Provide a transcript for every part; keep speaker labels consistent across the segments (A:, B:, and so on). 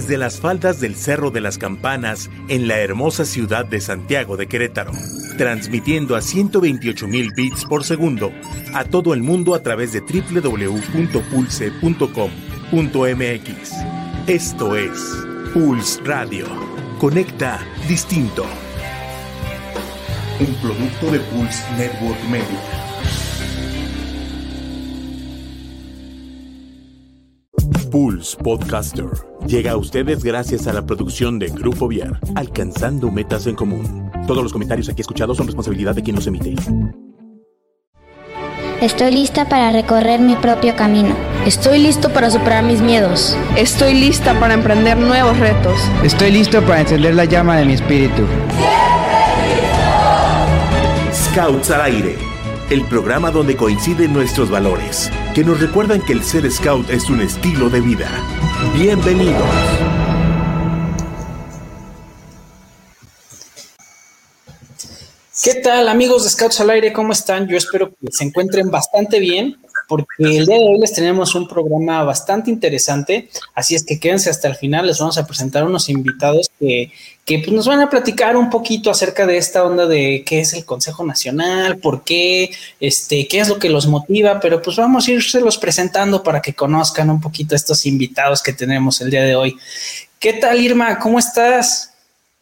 A: desde las faldas del Cerro de las Campanas en la hermosa ciudad de Santiago de Querétaro, transmitiendo a 128,000 bits por segundo a todo el mundo a través de www.pulse.com.mx. Esto es Pulse Radio. Conecta distinto. Un producto de Pulse Network Media. Pulse Podcaster llega a ustedes gracias a la producción de Grupo Viar, alcanzando metas en común. Todos los comentarios aquí escuchados son responsabilidad de quien los emite.
B: Estoy lista para recorrer mi propio camino.
C: Estoy listo para superar mis miedos.
D: Estoy lista para emprender nuevos retos.
E: Estoy listo para encender la llama de mi espíritu.
A: Scouts al aire, el programa donde coinciden nuestros valores, que nos recuerdan que el ser scout es un estilo de vida. Bienvenidos.
F: ¿Qué tal, amigos de Scouts al Aire? ¿Cómo están? Yo espero que se encuentren bastante bien, porque el día de hoy les tenemos un programa bastante interesante, así es que quédense hasta el final. Les vamos a presentar unos invitados que pues nos van a platicar un poquito acerca de esta onda de qué es el Consejo Nacional, por qué, qué es lo que los motiva, pero pues vamos a irselos presentando para que conozcan un poquito a estos invitados que tenemos el día de hoy. ¿Qué tal, Irma? ¿Cómo estás?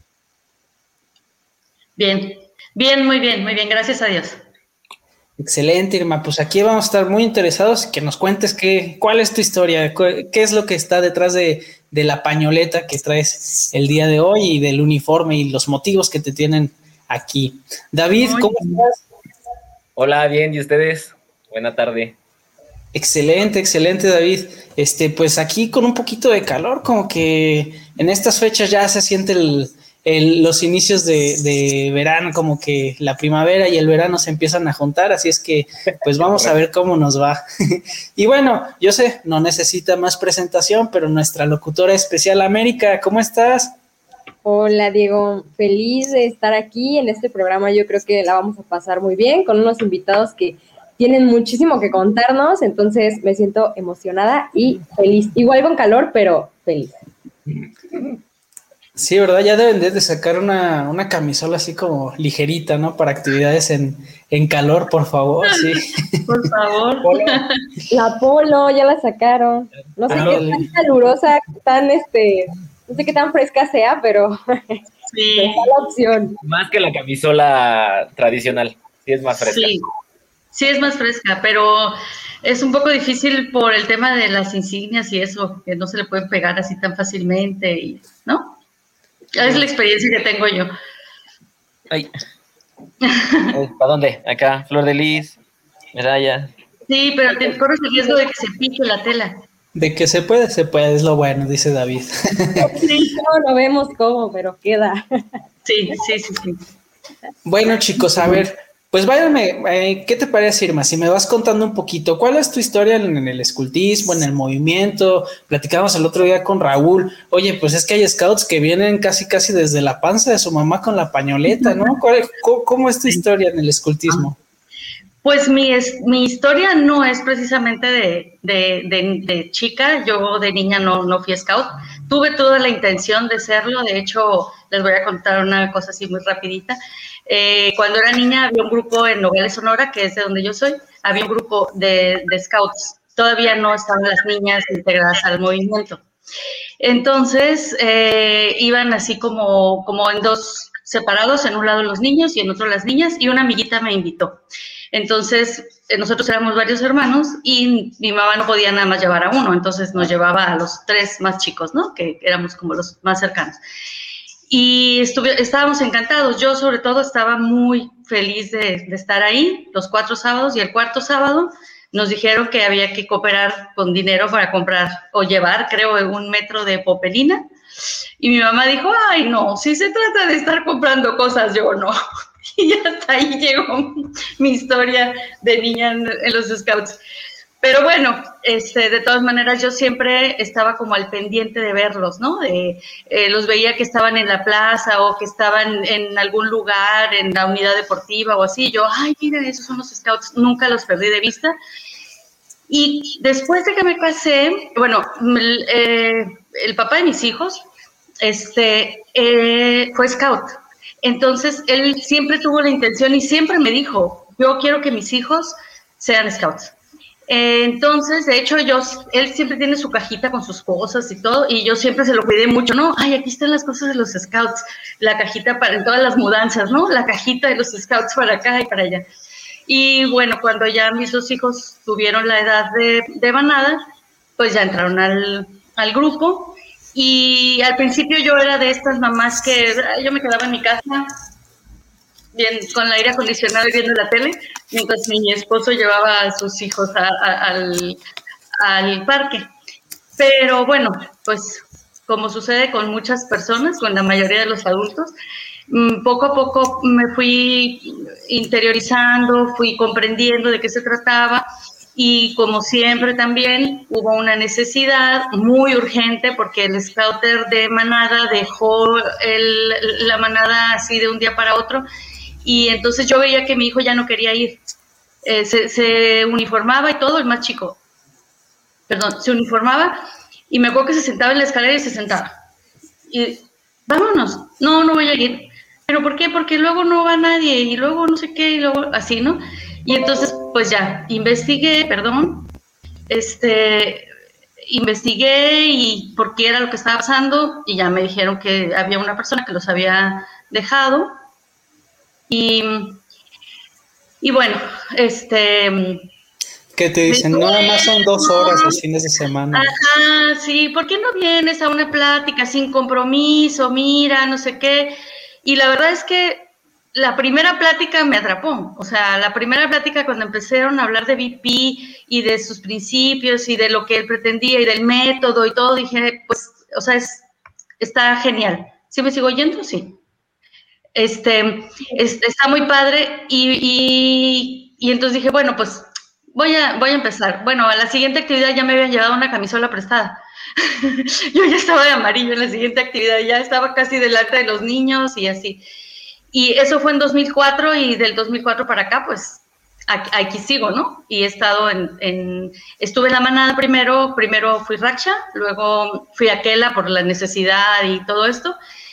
G: Bien, muy bien, gracias a Dios.
F: Excelente, Irma, pues aquí vamos a estar muy interesados, que nos cuentes cuál es tu historia, qué es lo que está detrás de la pañoleta que traes el día de hoy y del uniforme y los motivos que te tienen aquí. David, ¿cómo estás?
H: Hola, bien, ¿y ustedes? Buena tarde.
F: Excelente, David. Pues aquí con un poquito de calor, como que en estas fechas ya se siente los inicios de verano, como que la primavera y el verano se empiezan a juntar, así es que pues vamos a ver cómo nos va. Y bueno, yo sé, no necesita más presentación, pero nuestra locutora especial, América, ¿cómo estás?
I: Hola, Diego, feliz de estar aquí en este programa. Yo creo que la vamos a pasar muy bien con unos invitados que tienen muchísimo que contarnos, entonces me siento emocionada y feliz, igual con calor, pero feliz.
F: Sí, ¿verdad? Ya deben de sacar una camisola así como ligerita, ¿no? Para actividades en calor, por favor, sí.
G: Por favor.
I: La Polo, ya la sacaron. No sé qué tan calurosa, no sé qué tan fresca sea, pero
G: sí.
I: Está la opción.
H: Más que la camisola tradicional, sí es más fresca.
G: Sí es más fresca, pero es un poco difícil por el tema de las insignias y eso, que no se le pueden pegar así tan fácilmente, ¿no? Es la experiencia que tengo yo.
H: Ay. ¿Para dónde? Acá, flor de lis, medalla.
G: Sí, pero corres el riesgo de que se pique la tela.
F: De que se puede, es lo bueno, dice David.
I: Sí, no lo vemos cómo, pero queda.
G: Sí.
F: Bueno, chicos, a ver, pues váyanme, ¿qué te parece, Irma? Si me vas contando un poquito, ¿cuál es tu historia en el escultismo, en el movimiento? Platicamos el otro día con Raúl. Oye, pues es que hay scouts que vienen casi desde la panza de su mamá con la pañoleta, ¿no? ¿Cómo es tu historia en el escultismo?
G: Pues mi historia no es precisamente de chica. Yo de niña no fui scout. Tuve toda la intención de serlo. De hecho, les voy a contar una cosa así muy rapidita. Cuando era niña había un grupo en Nogales, Sonora, que es de donde yo soy. Había un grupo de scouts. Todavía no estaban las niñas integradas al movimiento. Entonces, iban así como en dos separados, en un lado los niños y en otro las niñas, y una amiguita me invitó. Entonces, nosotros éramos varios hermanos y mi mamá no podía nada más llevar a uno, entonces nos llevaba a los tres más chicos, ¿no? Que éramos como los más cercanos. Y estábamos encantados. Yo, sobre todo, estaba muy feliz de estar ahí los 4 sábados, y el cuarto sábado nos dijeron que había que cooperar con dinero para comprar o llevar, creo, 1 metro de popelina. Y mi mamá dijo, ay, no, si se trata de estar comprando cosas, yo no. Y hasta ahí llegó mi historia de niña en los scouts. Pero bueno, de todas maneras yo siempre estaba como al pendiente de verlos, ¿no? Los veía que estaban en la plaza o que estaban en algún lugar, en la unidad deportiva o así. Yo, ay, mira, esos son los scouts. Nunca los perdí de vista. Y después de que me casé, bueno, el papá de mis hijos fue scout. Entonces, él siempre tuvo la intención y siempre me dijo, yo quiero que mis hijos sean scouts. Entonces, de hecho, él siempre tiene su cajita con sus cosas y todo, y yo siempre se lo cuidé mucho, ¿no? Ay, aquí están las cosas de los scouts, la cajita para todas las mudanzas, ¿no? La cajita de los scouts para acá y para allá. Y bueno, cuando ya mis dos hijos tuvieron la edad de manada, pues ya entraron al grupo. Y al principio yo era de estas mamás que yo me quedaba en mi casa, bien, con el aire acondicionado y viendo la tele, mientras mi esposo llevaba a sus hijos al parque. Pero bueno, pues como sucede con muchas personas, con la mayoría de los adultos, poco a poco me fui interiorizando, fui comprendiendo de qué se trataba y como siempre también hubo una necesidad muy urgente porque el scouter de manada dejó la manada así de un día para otro y entonces yo veía que mi hijo ya no quería ir. Se uniformaba y todo, el más chico, se uniformaba y me acuerdo que se sentaba en la escalera y se sentaba. Y vámonos, no voy a ir. ¿Pero por qué? Porque luego no va nadie y luego no sé qué y luego así, ¿no? Y entonces, pues ya, investigué y por qué era lo que estaba pasando y ya me dijeron que había una persona que los había dejado y bueno,
F: que te dicen, no, nada más son 2 horas los fines de semana.
G: Ajá, sí, ¿por qué no vienes a una plática sin compromiso? Mira, no sé qué. Y la verdad es que la primera plática me atrapó. O sea, la primera plática cuando empezaron a hablar de BP y de sus principios y de lo que él pretendía y del método y todo, dije, pues, o sea, está genial. ¿Sí me sigo oyendo? Sí. Está muy padre y entonces dije, bueno, pues voy a empezar. Bueno, a la siguiente actividad ya me habían llevado una camisola prestada. Yo ya estaba de amarillo en la siguiente actividad, ya estaba casi delante de los niños y así. Y eso fue en 2004 y del 2004 para acá, pues aquí sigo, ¿no? Y he estado estuve en la manada primero fui Raksha, luego fui a Kela por la necesidad y todo esto.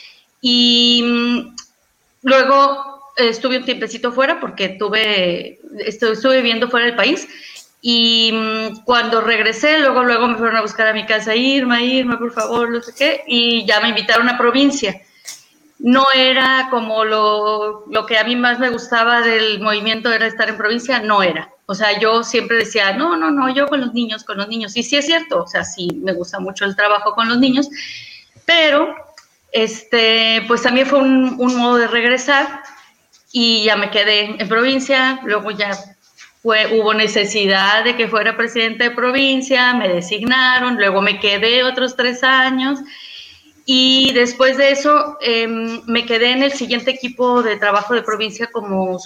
G: Y luego estuve un tiempecito fuera porque estuve viviendo fuera del país. Y cuando regresé, luego me fueron a buscar a mi casa, Irma, por favor, no sé qué, y ya me invitaron a provincia. No era como lo que a mí más me gustaba del movimiento, era estar en provincia, no era. O sea, yo siempre decía, no, yo con los niños. Y sí es cierto, o sea, sí me gusta mucho el trabajo con los niños, pero pues también fue un modo de regresar y ya me quedé en provincia, luego ya hubo necesidad de que fuera presidente de provincia, me designaron, luego me quedé otros 3 años y después de eso me quedé en el siguiente equipo de trabajo de provincia como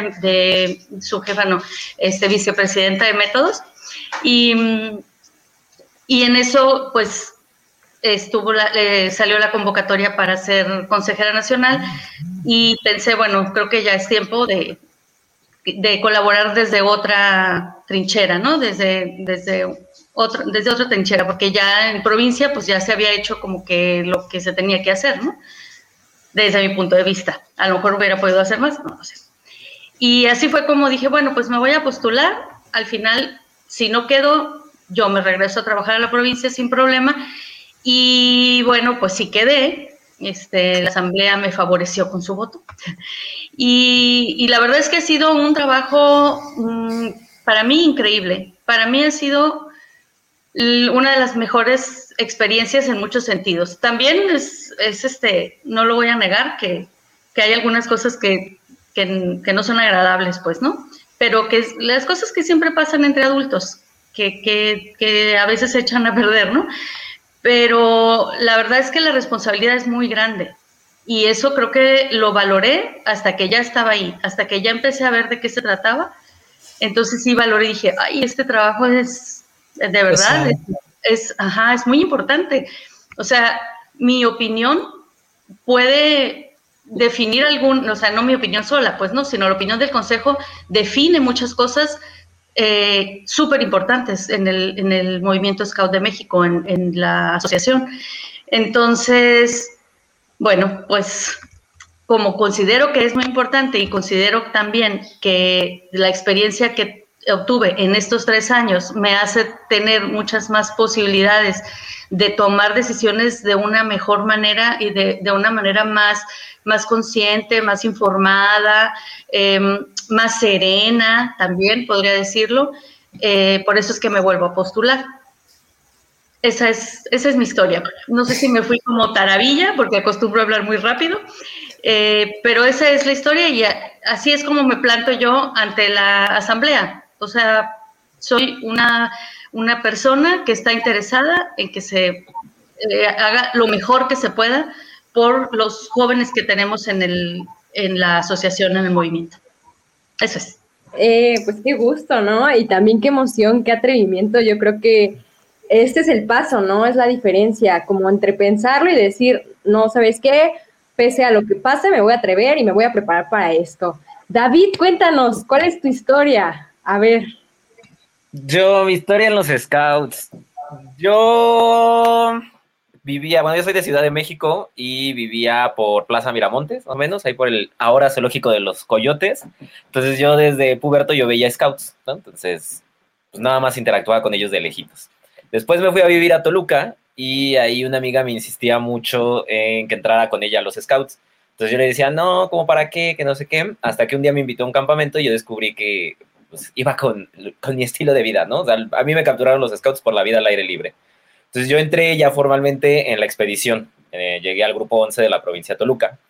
G: vicepresidenta de métodos y en eso pues salió la convocatoria para ser consejera nacional y pensé, bueno, creo que ya es tiempo de colaborar desde otra trinchera, ¿no? Desde otra trinchera, porque ya en provincia pues ya se había hecho como que lo que se tenía que hacer, ¿no? Desde mi punto de vista. A lo mejor hubiera podido hacer más, no lo sé. Y así fue como dije, bueno, pues me voy a postular. Al final, si no quedo, yo me regreso a trabajar a la provincia sin problema. Y bueno, pues sí quedé. La asamblea me favoreció con su voto. Y la verdad es que ha sido un trabajo para mí increíble. Para mí ha sido una de las mejores experiencias en muchos sentidos. También no lo voy a negar, que hay algunas cosas que no son agradables, pues, ¿no? Pero que las cosas que siempre pasan entre adultos, que a veces se echan a perder, ¿no? Pero la verdad es que la responsabilidad es muy grande y eso creo que lo valoré hasta que ya estaba ahí, hasta que ya empecé a ver de qué se trataba. Entonces sí valoré y dije, ay, este trabajo es, de verdad, es muy importante. O sea, mi opinión puede definir o sea, no mi opinión sola, pues no, sino la opinión del consejo define muchas cosas súper importantes en el movimiento Scout de México, en la asociación. Entonces, bueno, pues como considero que es muy importante y considero también que la experiencia que obtuve en estos 3 años me hace tener muchas más posibilidades de tomar decisiones de una mejor manera y de una manera más consciente, más informada, más serena también, podría decirlo. Por eso es que me vuelvo a postular. Esa es mi historia. No sé si me fui como taravilla, porque acostumbro a hablar muy rápido, pero esa es la historia y así es como me planto yo ante la asamblea. O sea, soy una persona que está interesada en que se haga lo mejor que se pueda por los jóvenes que tenemos en la asociación, en el movimiento. Eso es.
I: Pues qué gusto, ¿no? Y también qué emoción, qué atrevimiento. Yo creo que este es el paso, ¿no? Es la diferencia, como entre pensarlo y decir, no, ¿sabes qué? Pese a lo que pase, me voy a atrever y me voy a preparar para esto. David, cuéntanos, ¿cuál es tu historia? A ver.
H: Mi historia en los Scouts. Yo soy de Ciudad de México y vivía por Plaza Miramontes, más o menos, ahí por el ahora zoológico de los Coyotes. Entonces yo desde puberto yo veía Scouts, ¿no? Entonces, pues nada más interactuaba con ellos de lejitos. Después me fui a vivir a Toluca y ahí una amiga me insistía mucho en que entrara con ella a los Scouts. Entonces yo le decía, no, ¿cómo para qué? Que no sé qué. Hasta que un día me invitó a un campamento y yo descubrí que pues, iba con mi estilo de vida, ¿no? O sea, a mí me capturaron los Scouts por la vida al aire libre. Entonces yo entré ya formalmente en la expedición. Llegué al grupo 11 de la provincia de Toluca.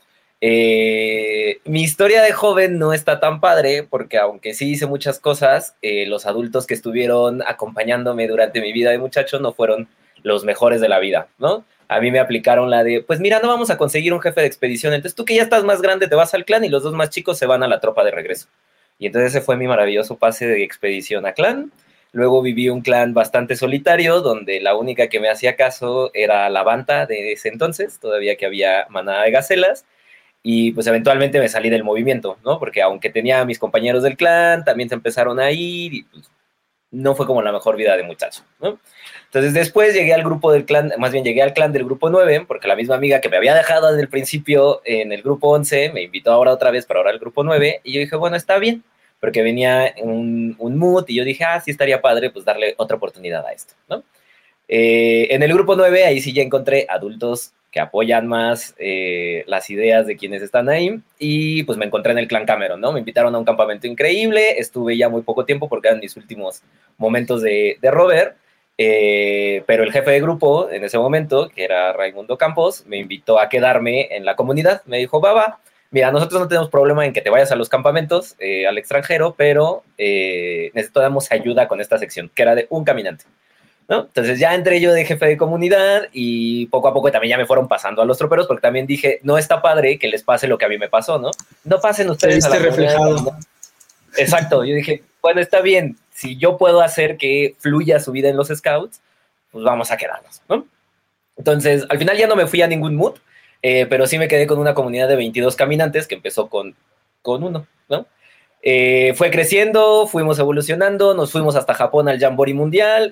H: Mi historia de joven no está tan padre porque aunque sí hice muchas cosas, los adultos que estuvieron acompañándome durante mi vida de muchacho no fueron los mejores de la vida, ¿no? A mí me aplicaron la de, pues mira, no vamos a conseguir un jefe de expedición, entonces tú que ya estás más grande te vas al clan y los 2 más chicos se van a la tropa de regreso. Y entonces ese fue mi maravilloso pase de expedición a clan. Luego viví un clan bastante solitario, donde la única que me hacía caso era la banta de ese entonces, todavía que había manada de gacelas. Y pues eventualmente me salí del movimiento, ¿no? Porque aunque tenía a mis compañeros del clan, también se empezaron a ir y pues no fue como la mejor vida de muchacho, ¿no? Entonces después llegué al grupo del clan, más bien llegué al clan del grupo 9, porque la misma amiga que me había dejado desde el principio en el grupo 11 me invitó ahora otra vez para ahora el grupo 9 y yo dije, bueno, está bien, porque venía un mood y yo dije, sí estaría padre pues darle otra oportunidad a esto, ¿no? En el grupo 9 ahí sí ya encontré adultos que apoyan más las ideas de quienes están ahí y pues me encontré en el clan Cameron, ¿no? Me invitaron a un campamento increíble, estuve ya muy poco tiempo porque eran mis últimos momentos de rover, pero el jefe de grupo en ese momento, que era Raimundo Campos, me invitó a quedarme en la comunidad, me dijo, va, mira, nosotros no tenemos problema en que te vayas a los campamentos al extranjero, pero necesitamos ayuda con esta sección, que era de un caminante, ¿no? Entonces ya entré yo de jefe de comunidad y poco a poco también ya me fueron pasando a los troperos porque también dije, no está padre que les pase lo que a mí me pasó, ¿no? No pasen ustedes a la
F: reflejado.
H: comunidad. Exacto, yo dije, bueno, está bien, si yo puedo hacer que fluya su vida en los Scouts, pues vamos a quedarnos, ¿no? Entonces, al final ya no me fui a ningún mood, pero sí me quedé con una comunidad de 22 caminantes que empezó con uno, ¿no? Fue creciendo, fuimos evolucionando, nos fuimos hasta Japón al Jamboree Mundial,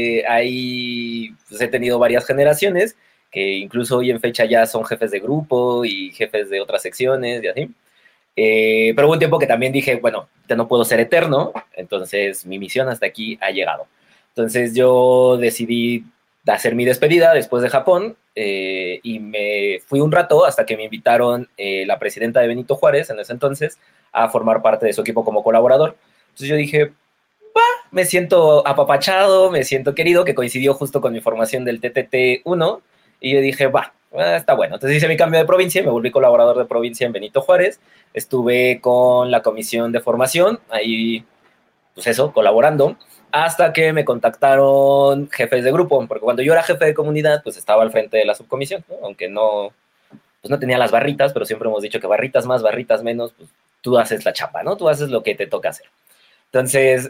H: ahí pues, he tenido varias generaciones, que incluso hoy en fecha ya son jefes de grupo y jefes de otras secciones y así. Pero hubo un tiempo que también dije, bueno, ya no puedo ser eterno, entonces mi misión hasta aquí ha llegado. Entonces yo decidí hacer mi despedida después de Japón y me fui un rato hasta que me invitaron la presidenta de Benito Juárez en ese entonces a formar parte de su equipo como colaborador. Entonces yo dije, me siento apapachado, me siento querido, que coincidió justo con mi formación del TTT-1 y yo dije, está bueno. Entonces hice mi cambio de provincia y me volví colaborador de provincia en Benito Juárez. Estuve con la comisión de formación, ahí, pues eso, colaborando, hasta que me contactaron jefes de grupo, porque cuando yo era jefe de comunidad, pues estaba al frente de la subcomisión, ¿no? Aunque no tenía las barritas, pero siempre hemos dicho que barritas más, barritas menos, pues tú haces la chapa, ¿no? Tú haces lo que te toca hacer. Entonces,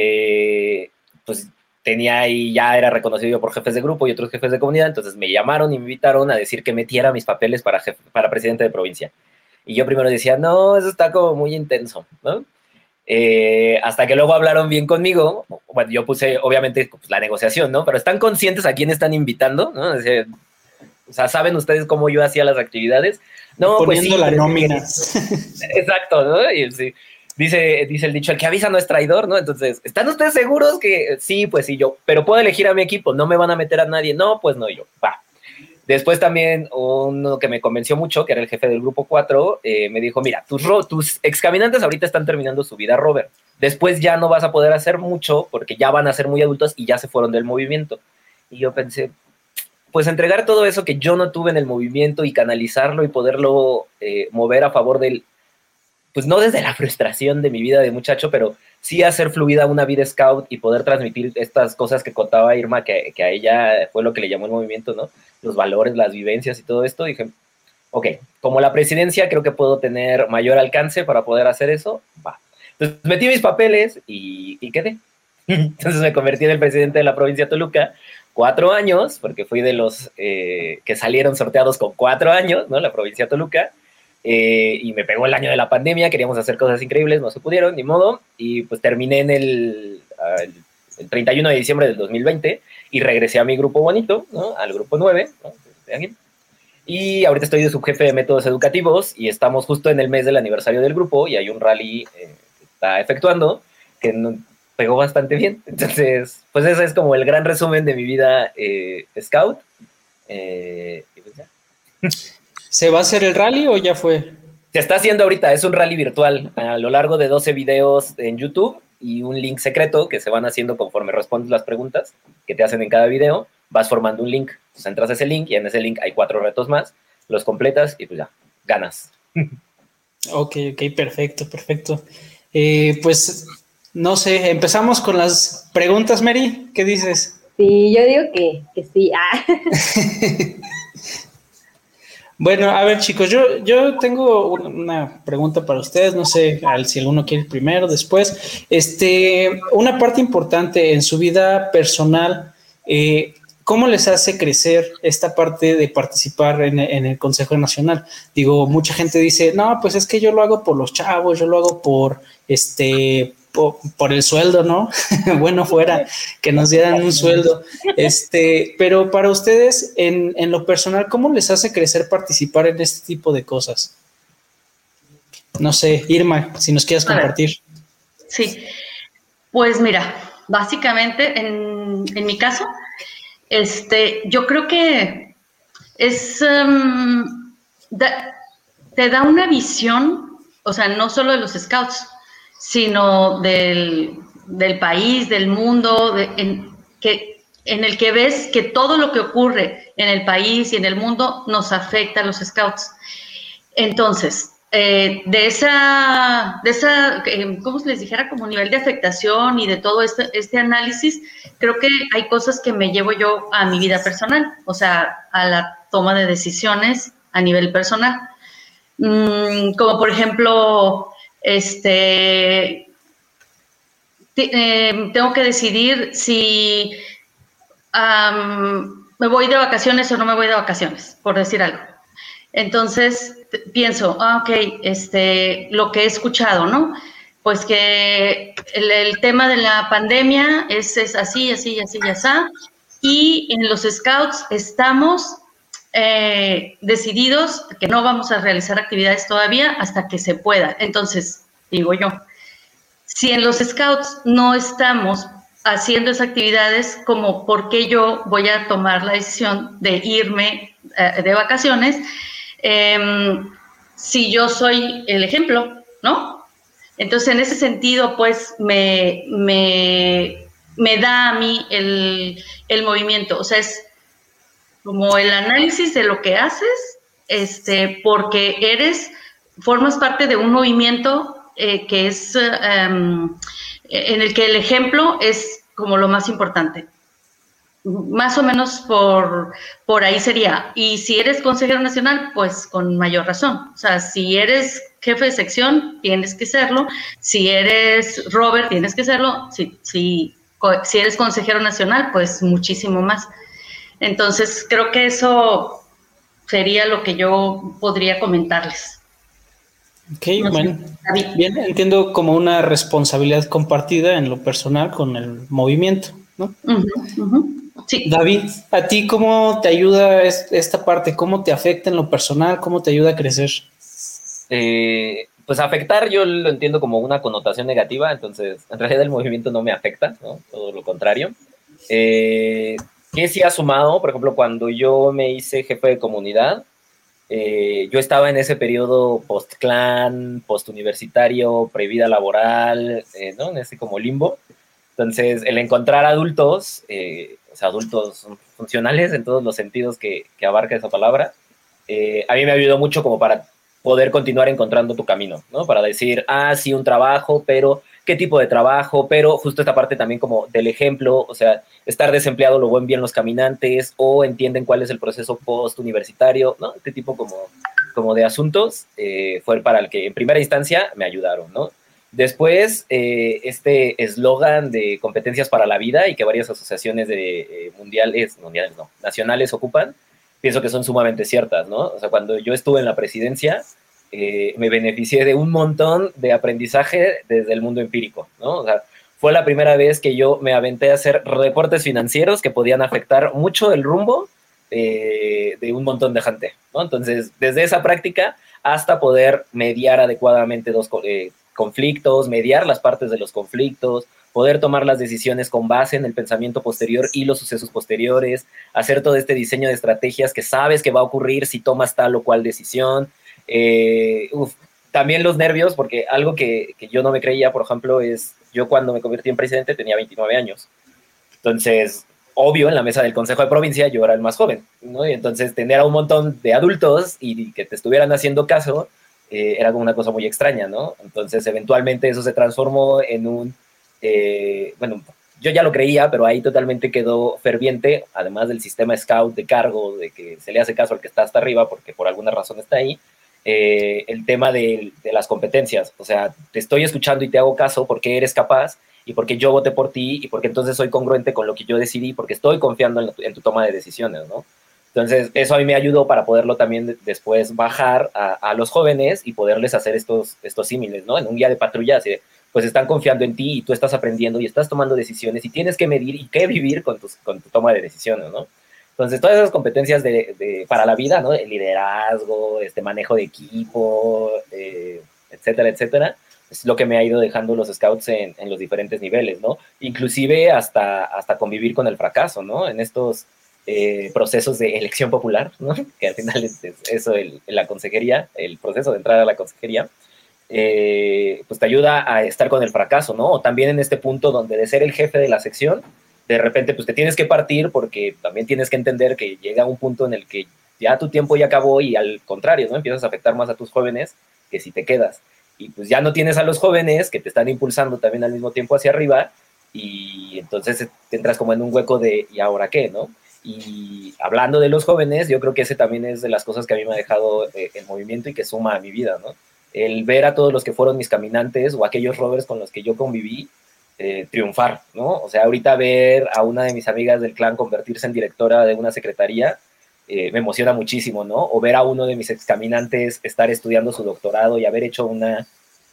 H: pues tenía ahí, ya era reconocido por jefes de grupo y otros jefes de comunidad, entonces me llamaron y me invitaron a decir que metiera mis papeles para presidente de provincia. Y yo primero decía, no, eso está como muy intenso, ¿no? Hasta que luego hablaron bien conmigo. Bueno, yo puse, obviamente, pues, la negociación, ¿no? Pero están conscientes a quién están invitando, ¿no? O sea, ¿saben ustedes cómo yo hacía las actividades? No,
F: poniendo
H: pues sí,
F: la nómina.
H: Exacto, ¿no? Y sí. Dice el dicho, el que avisa no es traidor, ¿no? Entonces, ¿están ustedes seguros que sí? Pues sí, yo, pero puedo elegir a mi equipo, no me van a meter a nadie. No, pues no, yo, va. Después también uno que me convenció mucho, que era el jefe del grupo 4, me dijo, mira, tus excaminantes ahorita están terminando su vida, Robert. Después ya no vas a poder hacer mucho porque ya van a ser muy adultos y ya se fueron del movimiento. Y yo pensé, pues entregar todo eso que yo no tuve en el movimiento y canalizarlo y poderlo mover a favor del, pues no desde la frustración de mi vida de muchacho, pero sí hacer fluida una vida scout y poder transmitir estas cosas que contaba Irma, que a ella fue lo que le llamó el movimiento, ¿no? Los valores, las vivencias y todo esto. Dije, ok, como la presidencia creo que puedo tener mayor alcance para poder hacer eso, va. Entonces metí mis papeles y quedé. Entonces me convertí en el presidente de la provincia de Toluca, 4 años, porque fui de los que salieron sorteados con 4 años, ¿no? La provincia de Toluca. Y me pegó el año de la pandemia, queríamos hacer cosas increíbles, no se pudieron, ni modo, y pues terminé en el 31 de diciembre del 2020 y regresé a mi grupo bonito, ¿no? Al grupo 9, ¿no? Y ahorita estoy de subjefe de métodos educativos y estamos justo en el mes del aniversario del grupo y hay un rally que está efectuando que pegó bastante bien. Entonces, pues ese es como el gran resumen de mi vida scout. Y pues ya.
F: ¿Se va a hacer el rally o ya fue?
H: Se está haciendo ahorita, es un rally virtual a lo largo de 12 videos en YouTube y un link secreto que se van haciendo conforme respondes las preguntas que te hacen en cada video, vas formando un link. Entonces entras a ese link y en ese link hay 4 retos más, los completas y pues ya, ganas.
F: Ok, perfecto. Pues, no sé, empezamos con las preguntas, Mary, ¿qué dices?
I: Sí, yo digo que sí.
F: Bueno, a ver, chicos, yo tengo una pregunta para ustedes, no sé si alguno quiere ir primero, después. Una parte importante en su vida personal, ¿cómo les hace crecer esta parte de participar en el Consejo Nacional? Digo, mucha gente dice, no, pues es que yo lo hago por los chavos, yo lo hago por el sueldo, ¿no? Bueno, fuera que nos dieran un sueldo. Pero para ustedes, en lo personal, ¿cómo les hace crecer participar en este tipo de cosas? No sé, Irma, si nos quieres compartir.
G: Sí, pues mira, básicamente en mi caso, yo creo que es te da una visión, o sea, no solo de los scouts, sino del país, del mundo, en el que ves que todo lo que ocurre en el país y en el mundo nos afecta a los scouts. Entonces, de esa ¿cómo se les dijera? Como nivel de afectación y de todo este análisis, creo que hay cosas que me llevo yo a mi vida personal, o sea, a la toma de decisiones a nivel personal. Como por ejemplo, tengo que decidir si me voy de vacaciones o no me voy de vacaciones, por decir algo. Entonces pienso, ok, lo que he escuchado, ¿no? Pues que el tema de la pandemia es así, y en los scouts estamos decididos que no vamos a realizar actividades todavía hasta que se pueda. Entonces, digo yo, si en los scouts no estamos haciendo esas actividades, como por qué yo voy a tomar la decisión de irme de vacaciones, si yo soy el ejemplo, ¿no? Entonces, en ese sentido, pues, me da a mí el movimiento, o sea, es como el análisis de lo que haces, porque formas parte de un movimiento que es, en el que el ejemplo es como lo más importante. Más o menos por ahí sería. Y si eres consejero nacional, pues con mayor razón. O sea, si eres jefe de sección, tienes que serlo. Si eres Robert, tienes que serlo. Si eres consejero nacional, pues muchísimo más. Entonces, creo que eso sería lo que yo podría comentarles.
F: Ok, bueno, bien, entiendo como una responsabilidad compartida en lo personal con el movimiento, ¿no?
G: Sí.
F: David, ¿a ti cómo te ayuda esta parte? ¿Cómo te afecta en lo personal? ¿Cómo te ayuda a crecer?
H: Pues afectar yo lo entiendo como una connotación negativa, entonces en realidad el movimiento no me afecta, ¿no? Todo lo contrario. ¿Qué sí ha sumado? Por ejemplo, cuando yo me hice jefe de comunidad, yo estaba en ese periodo post-clan, post-universitario, pre-vida laboral, ¿no? En ese como limbo. Entonces, el encontrar adultos, o sea, adultos funcionales en todos los sentidos que abarca esa palabra, a mí me ayudó mucho como para poder continuar encontrando tu camino, ¿no? Para decir, sí, un trabajo, pero ¿qué tipo de trabajo? Pero justo esta parte también como del ejemplo, o sea, estar desempleado lo ven bien los caminantes o entienden cuál es el proceso post-universitario, ¿no? Este tipo como de asuntos fue para el que en primera instancia me ayudaron, ¿no? Después, este eslogan de competencias para la vida y que varias asociaciones de nacionales ocupan, pienso que son sumamente ciertas, ¿no? O sea, cuando yo estuve en la presidencia, me beneficié de un montón de aprendizaje desde el mundo empírico, ¿no? O sea, fue la primera vez que yo me aventé a hacer reportes financieros que podían afectar mucho el rumbo de un montón de gente, ¿no? Entonces, desde esa práctica hasta poder mediar adecuadamente conflictos, mediar las partes de los conflictos, poder tomar las decisiones con base en el pensamiento posterior y los sucesos posteriores, hacer todo este diseño de estrategias que sabes que va a ocurrir si tomas tal o cual decisión. También los nervios, porque algo que yo no me creía, por ejemplo, es yo cuando me convertí en presidente tenía 29 años. Entonces, obvio, en la mesa del Consejo de Provincia yo era el más joven, ¿no? Y entonces tener a un montón de adultos y que te estuvieran haciendo caso era como una cosa muy extraña, ¿no? Entonces, eventualmente eso se transformó en un bueno, yo ya lo creía, pero ahí totalmente quedó ferviente, además del sistema scout de cargo, de que se le hace caso al que está hasta arriba, porque por alguna razón está ahí, el tema de las competencias, o sea, te estoy escuchando y te hago caso porque eres capaz, y porque yo voté por ti, y porque entonces soy congruente con lo que yo decidí, porque estoy confiando en tu toma de decisiones, ¿no? Entonces, eso a mí me ayudó para poderlo también después bajar a los jóvenes y poderles hacer estos símiles, ¿no? En un guía de patrulla, así de, pues están confiando en ti y tú estás aprendiendo y estás tomando decisiones y tienes que medir y qué vivir con tu toma de decisiones, ¿no? Entonces, todas esas competencias para la vida, ¿no? El liderazgo, manejo de equipo, etcétera, etcétera, es lo que me ha ido dejando los scouts en los diferentes niveles, ¿no? Inclusive hasta convivir con el fracaso, ¿no? En estos procesos de elección popular, ¿no? Que al final es eso, la consejería, el proceso de entrada a la consejería, pues te ayuda a estar con el fracaso, ¿no? O también en este punto donde de ser el jefe de la sección, de repente pues te tienes que partir porque también tienes que entender que llega un punto en el que ya tu tiempo ya acabó y al contrario, ¿no? Empiezas a afectar más a tus jóvenes que si te quedas. Y pues ya no tienes a los jóvenes que te están impulsando también al mismo tiempo hacia arriba y entonces te entras como en un hueco de ¿y ahora qué?, ¿no? Y hablando de los jóvenes, yo creo que ese también es de las cosas que a mí me ha dejado el movimiento y que suma a mi vida, ¿no? El ver a todos los que fueron mis caminantes o aquellos rovers con los que yo conviví triunfar, ¿no? O sea, ahorita ver a una de mis amigas del clan convertirse en directora de una secretaría me emociona muchísimo, ¿no? O ver a uno de mis excaminantes estar estudiando su doctorado y haber hecho una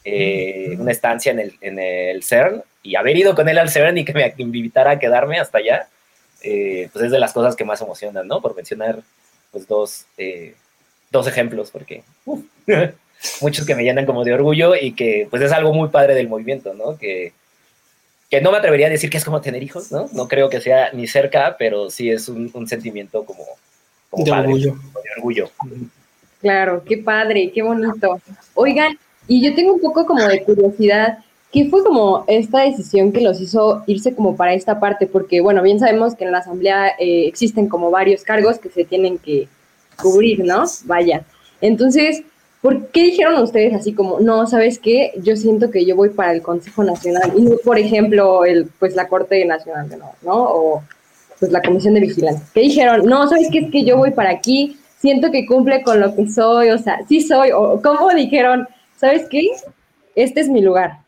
H: estancia en el CERN y haber ido con él al CERN y que me invitara a quedarme hasta allá, pues es de las cosas que más emocionan, ¿no? Por mencionar pues dos ejemplos, porque muchos que me llenan como de orgullo y que pues es algo muy padre del movimiento, ¿no? Que no me atrevería a decir que es como tener hijos, ¿no? No creo que sea ni cerca, pero sí es un sentimiento como
F: de
H: padre,
F: orgullo.
H: De orgullo.
I: Claro, qué padre, qué bonito. Oigan, y yo tengo un poco como de curiosidad, ¿qué fue como esta decisión que los hizo irse como para esta parte? Porque, bueno, bien sabemos que en la asamblea existen como varios cargos que se tienen que cubrir, ¿no? Vaya. Entonces, ¿por qué dijeron ustedes así como, no, ¿sabes qué? Yo siento que yo voy para el Consejo Nacional y no, por ejemplo, pues la Corte Nacional de Nuevo, ¿no? O pues la Comisión de Vigilancia. ¿Qué dijeron? No, ¿sabes qué? Es que yo voy para aquí, siento que cumple con lo que soy, o sea, sí soy, o ¿cómo dijeron? ¿Sabes qué? Este es mi lugar.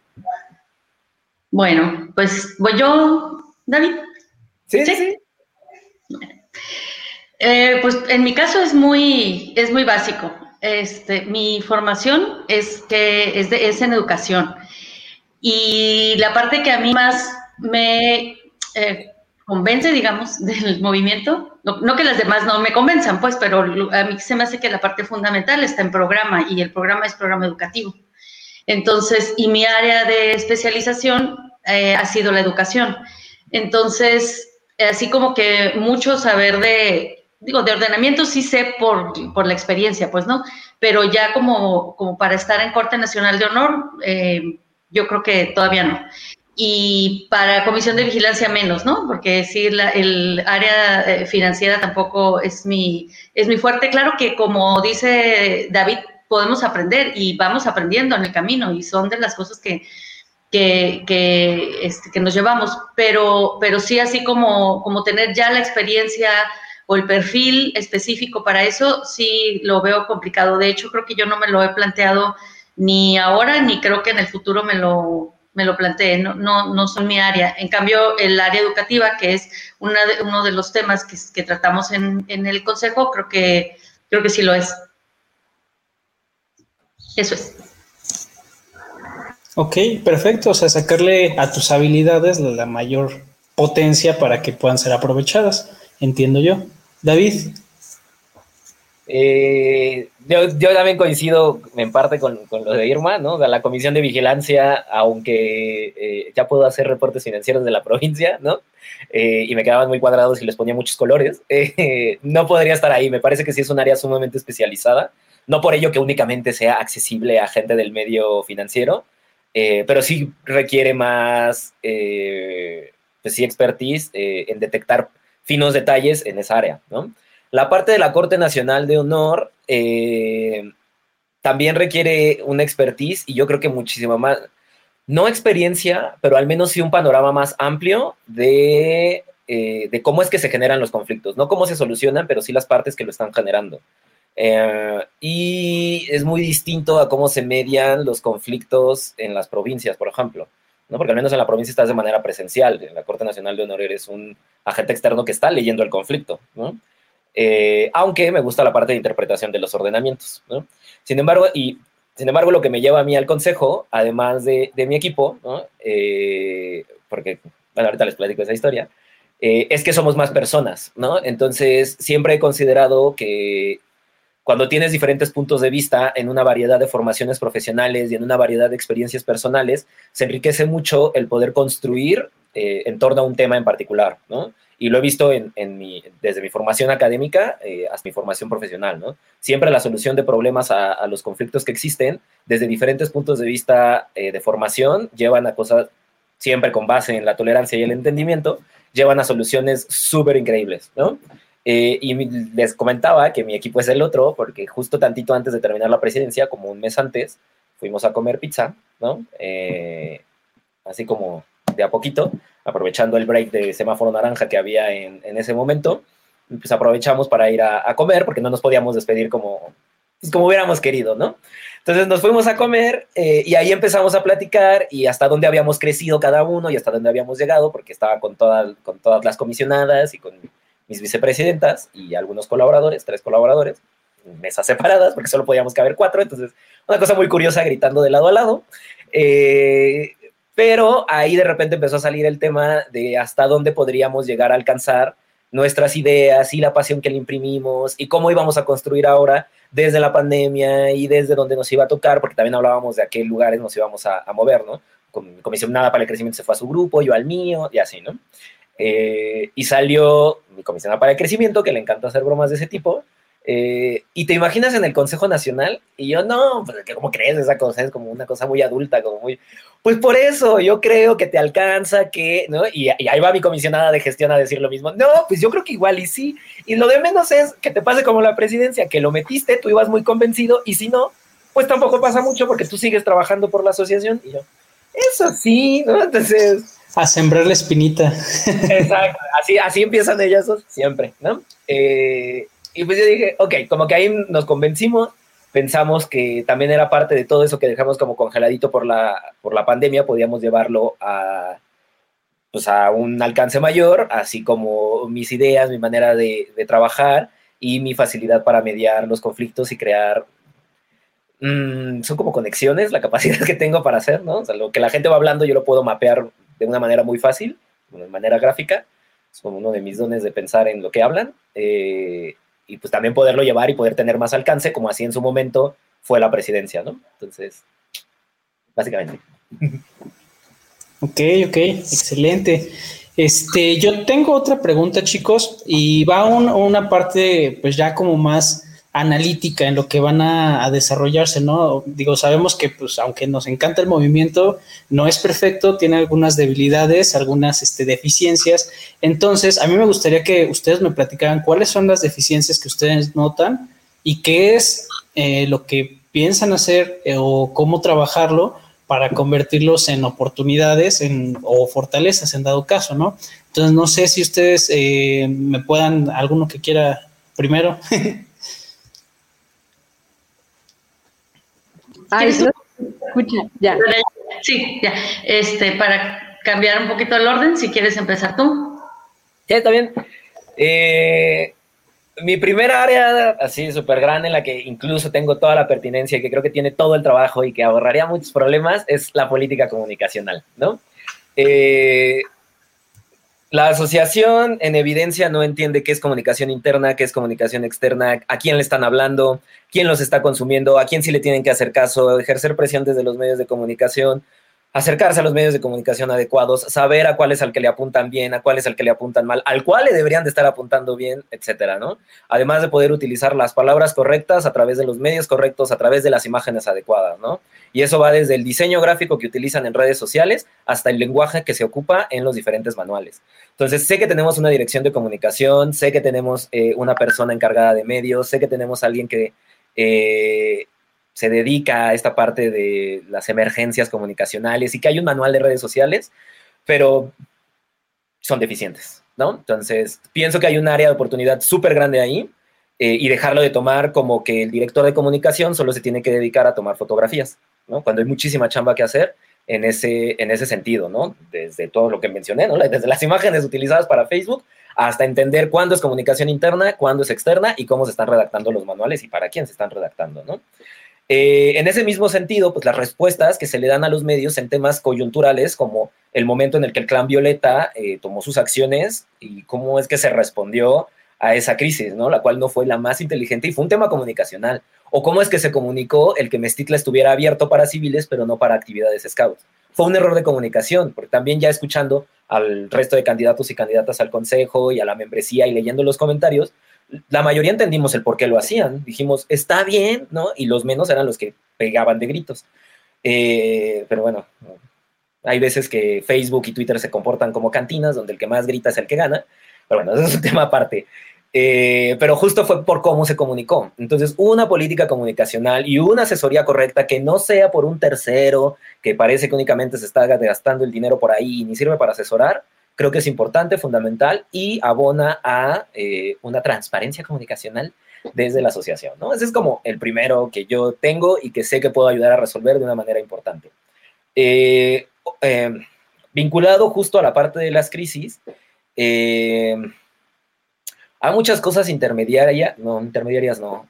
G: Bueno, pues voy yo, David.
H: Sí.
G: Pues en mi caso es muy básico. mi formación es en educación. Y la parte que a mí más me convence, digamos, del movimiento, no que las demás no me convenzan, pues, pero a mí se me hace que la parte fundamental está en programa, y el programa es programa educativo. Entonces, y mi área de especialización ha sido la educación. Entonces, así como que mucho saber de ordenamiento sí sé por la experiencia, pues, ¿no? Pero ya como para estar en Corte Nacional de Honor, yo creo que todavía no. Y para Comisión de Vigilancia menos, ¿no? Porque sí, el área financiera tampoco es mi fuerte. Claro que, como dice David, podemos aprender y vamos aprendiendo en el camino, y son de las cosas que nos llevamos, pero sí, así como tener ya la experiencia o el perfil específico para eso, sí lo veo complicado. De hecho, creo que yo no me lo he planteado ni ahora, ni creo que en el futuro me lo planteé. No son mi área. En cambio, el área educativa, que es uno de los temas que tratamos en el Consejo, creo que sí lo es. Eso es.
F: Ok, perfecto. O sea, sacarle a tus habilidades la mayor potencia para que puedan ser aprovechadas, entiendo yo. David.
H: Yo también coincido en parte con lo de Irma, ¿no? O sea, la Comisión de Vigilancia, aunque ya puedo hacer reportes financieros de la provincia, ¿no? Y me quedaban muy cuadrados y les ponía muchos colores, no podría estar ahí. Me parece que sí es un área sumamente especializada, no por ello que únicamente sea accesible a gente del medio financiero, pero sí requiere más, pues sí, expertise en detectar finos detalles en esa área, ¿no? La parte de la Corte Nacional de Honor también requiere una expertise, y yo creo que muchísima más, no experiencia, pero al menos sí un panorama más amplio de cómo es que se generan los conflictos, no cómo se solucionan, pero sí las partes que lo están generando. Y es muy distinto a cómo se median los conflictos en las provincias, por ejemplo, ¿no? Porque al menos en la provincia estás de manera presencial, en la Corte Nacional de Honor eres un agente externo que está leyendo el conflicto, ¿no? Aunque me gusta la parte de interpretación de los ordenamientos, ¿no? Sin embargo, lo que me lleva a mí al consejo, además de mi equipo, ¿no? Porque, bueno, ahorita les platico esa historia, es que somos más personas, ¿no? Entonces, siempre he considerado que cuando tienes diferentes puntos de vista en una variedad de formaciones profesionales y en una variedad de experiencias personales, se enriquece mucho el poder construir en torno a un tema en particular, ¿no? Y lo he visto desde mi formación académica hasta mi formación profesional, ¿no? Siempre la solución de problemas a los conflictos que existen, desde diferentes puntos de vista de formación, llevan a cosas, siempre con base en la tolerancia y el entendimiento, llevan a soluciones súper increíbles, ¿no? Y les comentaba que mi equipo es el otro, porque justo tantito antes de terminar la presidencia, como un mes antes, fuimos a comer pizza, ¿no? Así como de a poquito, aprovechando el break de semáforo naranja que había en ese momento, pues aprovechamos para ir a comer, porque no nos podíamos despedir como hubiéramos querido, ¿no? Entonces nos fuimos a comer y ahí empezamos a platicar y hasta dónde habíamos crecido cada uno y hasta dónde habíamos llegado, porque estaba con todas las comisionadas y con mis vicepresidentas y algunos colaboradores, 3 colaboradores, mesas separadas, porque solo podíamos caber 4, entonces una cosa muy curiosa gritando de lado a lado. Pero ahí de repente empezó a salir el tema de hasta dónde podríamos llegar a alcanzar nuestras ideas y la pasión que le imprimimos y cómo íbamos a construir ahora desde la pandemia y desde donde nos iba a tocar, porque también hablábamos de a qué lugares nos íbamos a mover, ¿no? Mi comisionada para el crecimiento se fue a su grupo, yo al mío, y así, ¿no? Y salió mi comisionada para el crecimiento, que le encanta hacer bromas de ese tipo, y te imaginas en el Consejo Nacional, y yo, no, pues, ¿cómo crees? Esa cosa es como una cosa muy adulta, como muy... Pues por eso, yo creo que te alcanza, que, ¿no? Y ahí va mi comisionada de gestión a decir lo mismo. No, pues yo creo que igual y sí. Y lo de menos es que te pase como la presidencia, que lo metiste, tú ibas muy convencido, y si no, pues tampoco pasa mucho porque tú sigues trabajando por la asociación. Y yo, eso sí, ¿no? Entonces...
F: A sembrar la espinita.
H: Exacto, así empiezan ellas siempre, ¿no? Y pues yo dije, ok, como que ahí nos convencimos, pensamos que también era parte de todo eso que dejamos como congeladito por la pandemia, podíamos llevarlo a un alcance mayor, así como mis ideas, mi manera de trabajar y mi facilidad para mediar los conflictos y crear Son como conexiones, la capacidad que tengo para hacer, ¿no? O sea, lo que la gente va hablando yo lo puedo mapear de una manera muy fácil, de manera gráfica. Es como uno de mis dones de pensar en lo que hablan. Y pues también poderlo llevar y poder tener más alcance, como así en su momento fue la presidencia, ¿no? Entonces, básicamente.
F: Ok, excelente. Yo tengo otra pregunta, chicos, y va una parte, pues ya como más analítica en lo que van a desarrollarse, ¿no? Digo, sabemos que, pues, aunque nos encanta el movimiento, no es perfecto, tiene algunas debilidades, algunas deficiencias. Entonces, a mí me gustaría que ustedes me platicaran cuáles son las deficiencias que ustedes notan y qué es lo que piensan hacer o cómo trabajarlo para convertirlos en oportunidades o fortalezas en dado caso, ¿no? Entonces, no sé si ustedes me puedan, alguno que quiera primero.
I: Ay, no escucha, ya.
G: Sí, ya. Para cambiar un poquito el orden, si quieres empezar tú.
H: Ya, está bien. Mi primera área, así súper grande, en la que incluso tengo toda la pertinencia y que creo que tiene todo el trabajo y que ahorraría muchos problemas, es la política comunicacional, ¿no? La asociación en evidencia no entiende qué es comunicación interna, qué es comunicación externa, a quién le están hablando, quién los está consumiendo, a quién sí le tienen que hacer caso, ejercer presión desde los medios de comunicación, acercarse a los medios de comunicación adecuados, saber a cuál es al que le apuntan bien, a cuál es al que le apuntan mal, al cual le deberían de estar apuntando bien, etcétera, ¿no? Además de poder utilizar las palabras correctas a través de los medios correctos, a través de las imágenes adecuadas, ¿no? Y eso va desde el diseño gráfico que utilizan en redes sociales hasta el lenguaje que se ocupa en los diferentes manuales. Entonces, sé que tenemos una dirección de comunicación, sé que tenemos una persona encargada de medios, sé que tenemos a alguien que se dedica a esta parte de las emergencias comunicacionales y que hay un manual de redes sociales, pero son deficientes, ¿no? Entonces, pienso que hay un área de oportunidad súper grande ahí y dejarlo de tomar como que el director de comunicación solo se tiene que dedicar a tomar fotografías, ¿no? Cuando hay muchísima chamba que hacer en ese sentido, ¿no? Desde todo lo que mencioné, ¿no? Desde las imágenes utilizadas para Facebook hasta entender cuándo es comunicación interna, cuándo es externa y cómo se están redactando los manuales y para quién se están redactando, ¿no? En ese mismo sentido, pues las respuestas que se le dan a los medios en temas coyunturales, como el momento en el que el Clan Violeta tomó sus acciones y cómo es que se respondió a esa crisis, ¿no? La cual no fue la más inteligente y fue un tema comunicacional. O cómo es que se comunicó el que Meztitla estuviera abierto para civiles, pero no para actividades scouts. Fue un error de comunicación, porque también ya escuchando al resto de candidatos y candidatas al consejo y a la membresía y leyendo los comentarios, la mayoría entendimos el por qué lo hacían. Dijimos, está bien, ¿no? Y los menos eran los que pegaban de gritos. Pero bueno, hay veces que Facebook y Twitter se comportan como cantinas, donde el que más grita es el que gana. Pero bueno, ese es un tema aparte. Pero justo fue por cómo se comunicó. Entonces, una política comunicacional y una asesoría correcta que no sea por un tercero, que parece que únicamente se está gastando el dinero por ahí y ni sirve para asesorar, creo que es importante, fundamental y abona a una transparencia comunicacional desde la asociación, ¿no? Ese es como el primero que yo tengo y que sé que puedo ayudar a resolver de una manera importante. Vinculado justo a la parte de las crisis, hay muchas cosas intermediarias no.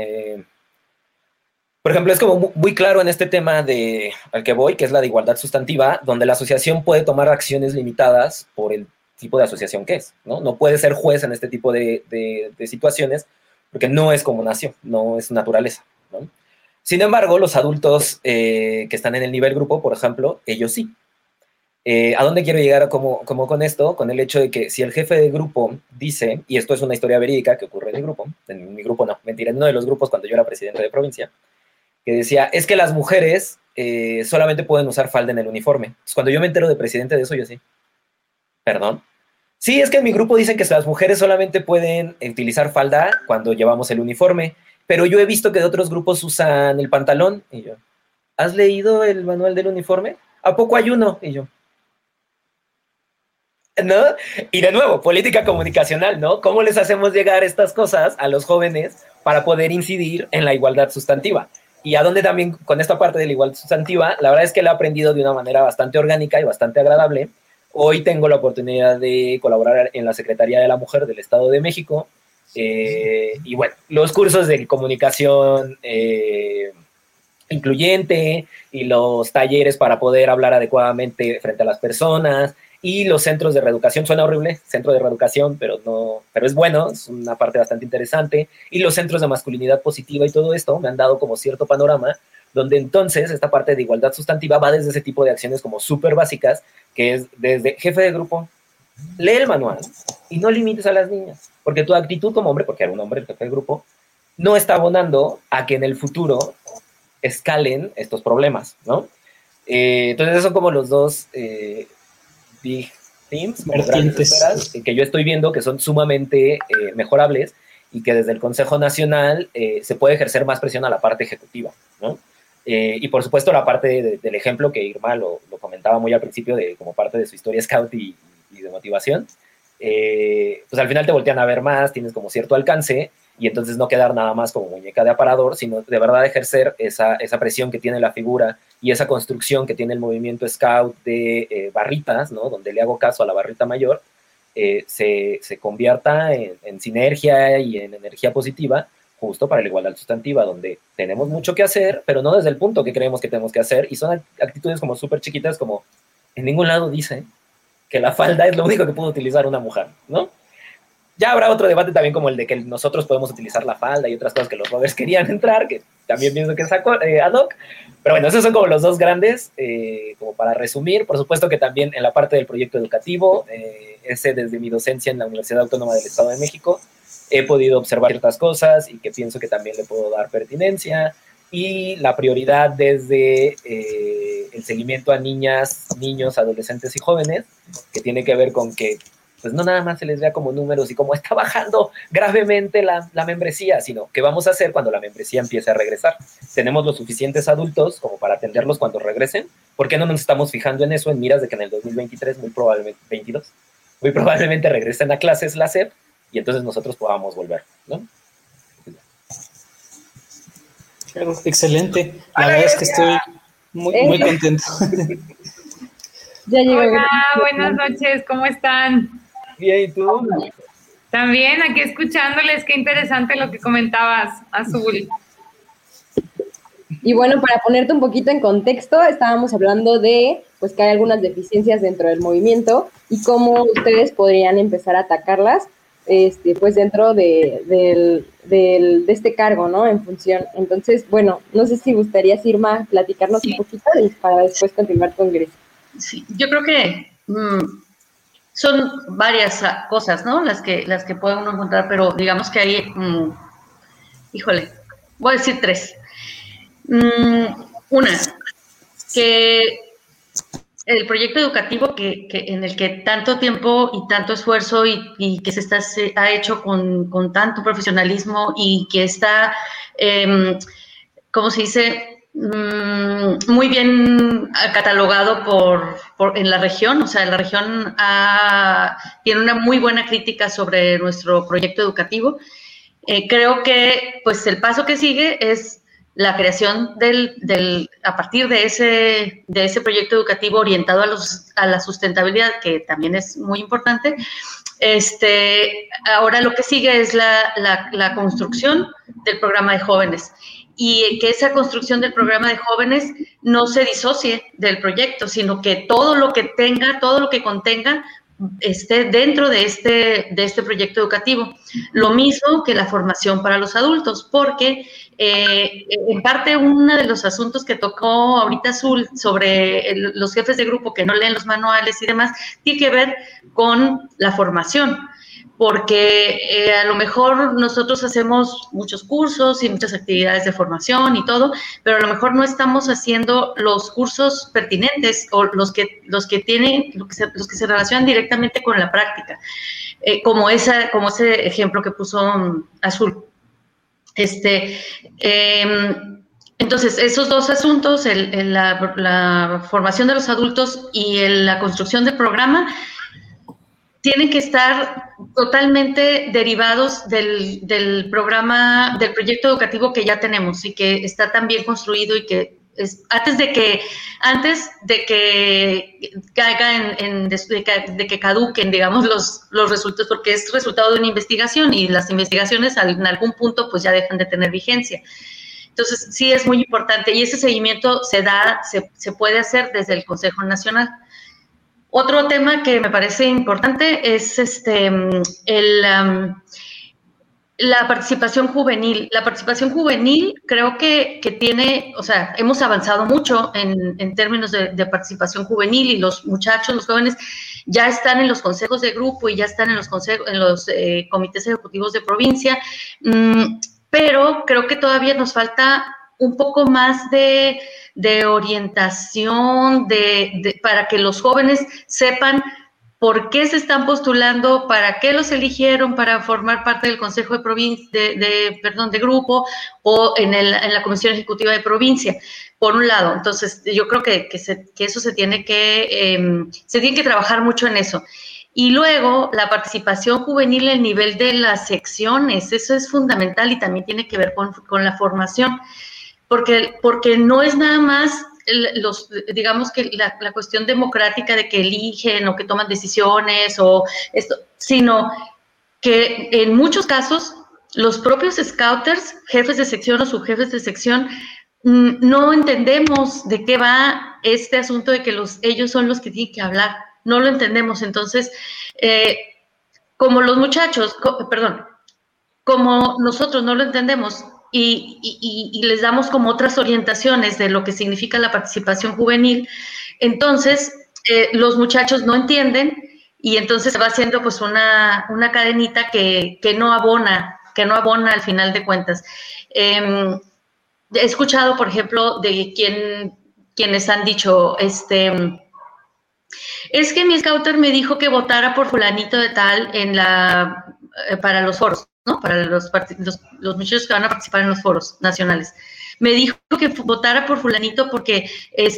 H: Por ejemplo, es como muy claro en este tema al que voy, que es la de igualdad sustantiva, donde la asociación puede tomar acciones limitadas por el tipo de asociación que es, ¿no? No puede ser juez en este tipo de situaciones porque no es como nació, no es naturaleza, ¿no? Sin embargo, los adultos que están en el nivel grupo, por ejemplo, ellos sí. ¿A dónde quiero llegar como con esto? Con el hecho de que si el jefe de grupo dice, y esto es una historia verídica que ocurre en mi grupo no, mentira, en uno de los grupos cuando yo era presidente de provincia, que decía, es que las mujeres solamente pueden usar falda en el uniforme. Entonces, cuando yo me entero de presidente de eso, yo así, ¿perdón? Sí, es que en mi grupo dicen que las mujeres solamente pueden utilizar falda cuando llevamos el uniforme, pero yo he visto que de otros grupos usan el pantalón. Y yo, ¿has leído el manual del uniforme? ¿A poco hay uno? Y yo, ¿no? Y de nuevo, política comunicacional, ¿no? ¿Cómo les hacemos llegar estas cosas a los jóvenes para poder incidir en la igualdad sustantiva? Y a donde también con esta parte de la igualdad sustantiva, la verdad es que la he aprendido de una manera bastante orgánica y bastante agradable. Hoy tengo la oportunidad de colaborar en la Secretaría de la Mujer del Estado de México. Y bueno, los cursos de comunicación incluyente y los talleres para poder hablar adecuadamente frente a las personas y los centros de reeducación. Suena horrible, centro de reeducación, pero es bueno, es una parte bastante interesante. Y los centros de masculinidad positiva y todo esto me han dado como cierto panorama donde entonces esta parte de igualdad sustantiva va desde ese tipo de acciones como súper básicas, que es desde jefe de grupo, lee el manual y no limites a las niñas, porque tu actitud como hombre, porque era un hombre el jefe de grupo, no está abonando a que en el futuro escalen estos problemas, ¿no? Entonces esos son como los dos big themes, como grandes esferas, que yo estoy viendo que son sumamente mejorables y que desde el Consejo Nacional se puede ejercer más presión a la parte ejecutiva, ¿no? Y por supuesto la parte del ejemplo que Irma lo comentaba muy al principio como parte de su historia scout y de motivación, pues al final te voltean a ver más, tienes como cierto alcance y entonces no quedar nada más como muñeca de aparador, sino de verdad ejercer esa presión que tiene la figura y esa construcción que tiene el movimiento scout de barritas, ¿no? Donde le hago caso a la barrita mayor, se convierta en sinergia y en energía positiva justo para la igualdad sustantiva, donde tenemos mucho que hacer, pero no desde el punto que creemos que tenemos que hacer, y son actitudes como súper chiquitas, como en ningún lado dice que la falda es lo único que puede utilizar una mujer, ¿no? Ya habrá otro debate también como el de que nosotros podemos utilizar la falda y otras cosas que los robbers querían entrar, que también pienso que es ad hoc, pero bueno, esos son como los dos grandes, como para resumir. Por supuesto que también en la parte del proyecto educativo, ese desde mi docencia en la Universidad Autónoma del Estado de México, he podido observar ciertas cosas y que pienso que también le puedo dar pertinencia, y la prioridad desde el seguimiento a niñas, niños, adolescentes y jóvenes, que tiene que ver con que pues no nada más se les vea como números y como está bajando gravemente la membresía, sino qué vamos a hacer cuando la membresía empiece a regresar. Tenemos los suficientes adultos como para atenderlos cuando regresen. ¿Por qué no nos estamos fijando en eso en miras de que en el 2023, muy probablemente regresen a clases la SEP y entonces nosotros podamos volver, ¿no?
F: Claro, excelente. La verdad es que estoy muy contento.
I: Ya llegó.
J: Hola, buenas noches, ¿cómo están?
H: Bien, ¿y tú?
J: También aquí escuchándoles, qué interesante lo que comentabas, Azul.
I: Y bueno, para ponerte un poquito en contexto, estábamos hablando de pues que hay algunas deficiencias dentro del movimiento y cómo ustedes podrían empezar a atacarlas pues dentro de este cargo, ¿no? En función. Entonces, bueno, no sé si gustarías, Irma, platicarnos un poquito para después continuar con Grecia.
G: Sí, yo creo que son varias cosas, ¿no? Las que puede uno encontrar, pero digamos que hay, híjole, voy a decir tres. Una, que el proyecto educativo en el que tanto tiempo y tanto esfuerzo y que se ha hecho con tanto profesionalismo y que está, ¿cómo se dice?, muy bien catalogado en la región. O sea, la región tiene una muy buena crítica sobre nuestro proyecto educativo. Creo que pues el paso que sigue es la creación a partir de ese proyecto educativo orientado a la sustentabilidad, que también es muy importante. Ahora lo que sigue es la construcción del programa de jóvenes, y que esa construcción del programa de jóvenes no se disocie del proyecto, sino que todo lo que contenga esté dentro de este proyecto educativo. Lo mismo que la formación para los adultos, porque en parte uno de los asuntos que tocó ahorita Azul sobre los jefes de grupo que no leen los manuales y demás, tiene que ver con la formación. Porque a lo mejor nosotros hacemos muchos cursos y muchas actividades de formación y todo, pero a lo mejor no estamos haciendo los cursos pertinentes o los que se relacionan directamente con la práctica, como ese ejemplo que puso Azul. Entonces, esos dos asuntos, la formación de los adultos y la construcción del programa, tienen que estar totalmente derivados del programa, del proyecto educativo que ya tenemos y que está tan bien construido y que antes de que caiga de que caduquen, digamos, los resultados, porque es resultado de una investigación y las investigaciones en algún punto pues ya dejan de tener vigencia. Entonces, sí es muy importante y ese seguimiento se puede hacer desde el Consejo Nacional. Otro tema que me parece importante es la participación juvenil. La participación juvenil creo que tiene, o sea, hemos avanzado mucho en términos de participación juvenil y los muchachos, los jóvenes, ya están en los consejos de grupo y ya están en los comités ejecutivos de provincia, pero creo que todavía nos falta un poco más de orientación para que los jóvenes sepan por qué se están postulando, para qué los eligieron para formar parte del Consejo de Provincia, de grupo o en la Comisión Ejecutiva de Provincia, por un lado. Entonces, yo creo que eso se tiene que trabajar mucho en eso. Y luego, la participación juvenil en el nivel de las secciones, eso es fundamental y también tiene que ver con la formación, porque no es nada más digamos que la cuestión democrática de que eligen o que toman decisiones o esto, sino que en muchos casos los propios scouters, jefes de sección o subjefes de sección, no entendemos de qué va este asunto de que ellos son los que tienen que hablar, no lo entendemos. Entonces, como los muchachos, como nosotros no lo entendemos, y les damos como otras orientaciones de lo que significa la participación juvenil, entonces los muchachos no entienden y entonces se va haciendo pues una cadenita que no abona al final de cuentas. He escuchado, por ejemplo, de quienes han dicho, es que mi scouter me dijo que votara por fulanito de tal para los foros, ¿no? Para los muchachos que van a participar en los foros nacionales. Me dijo que votara por fulanito porque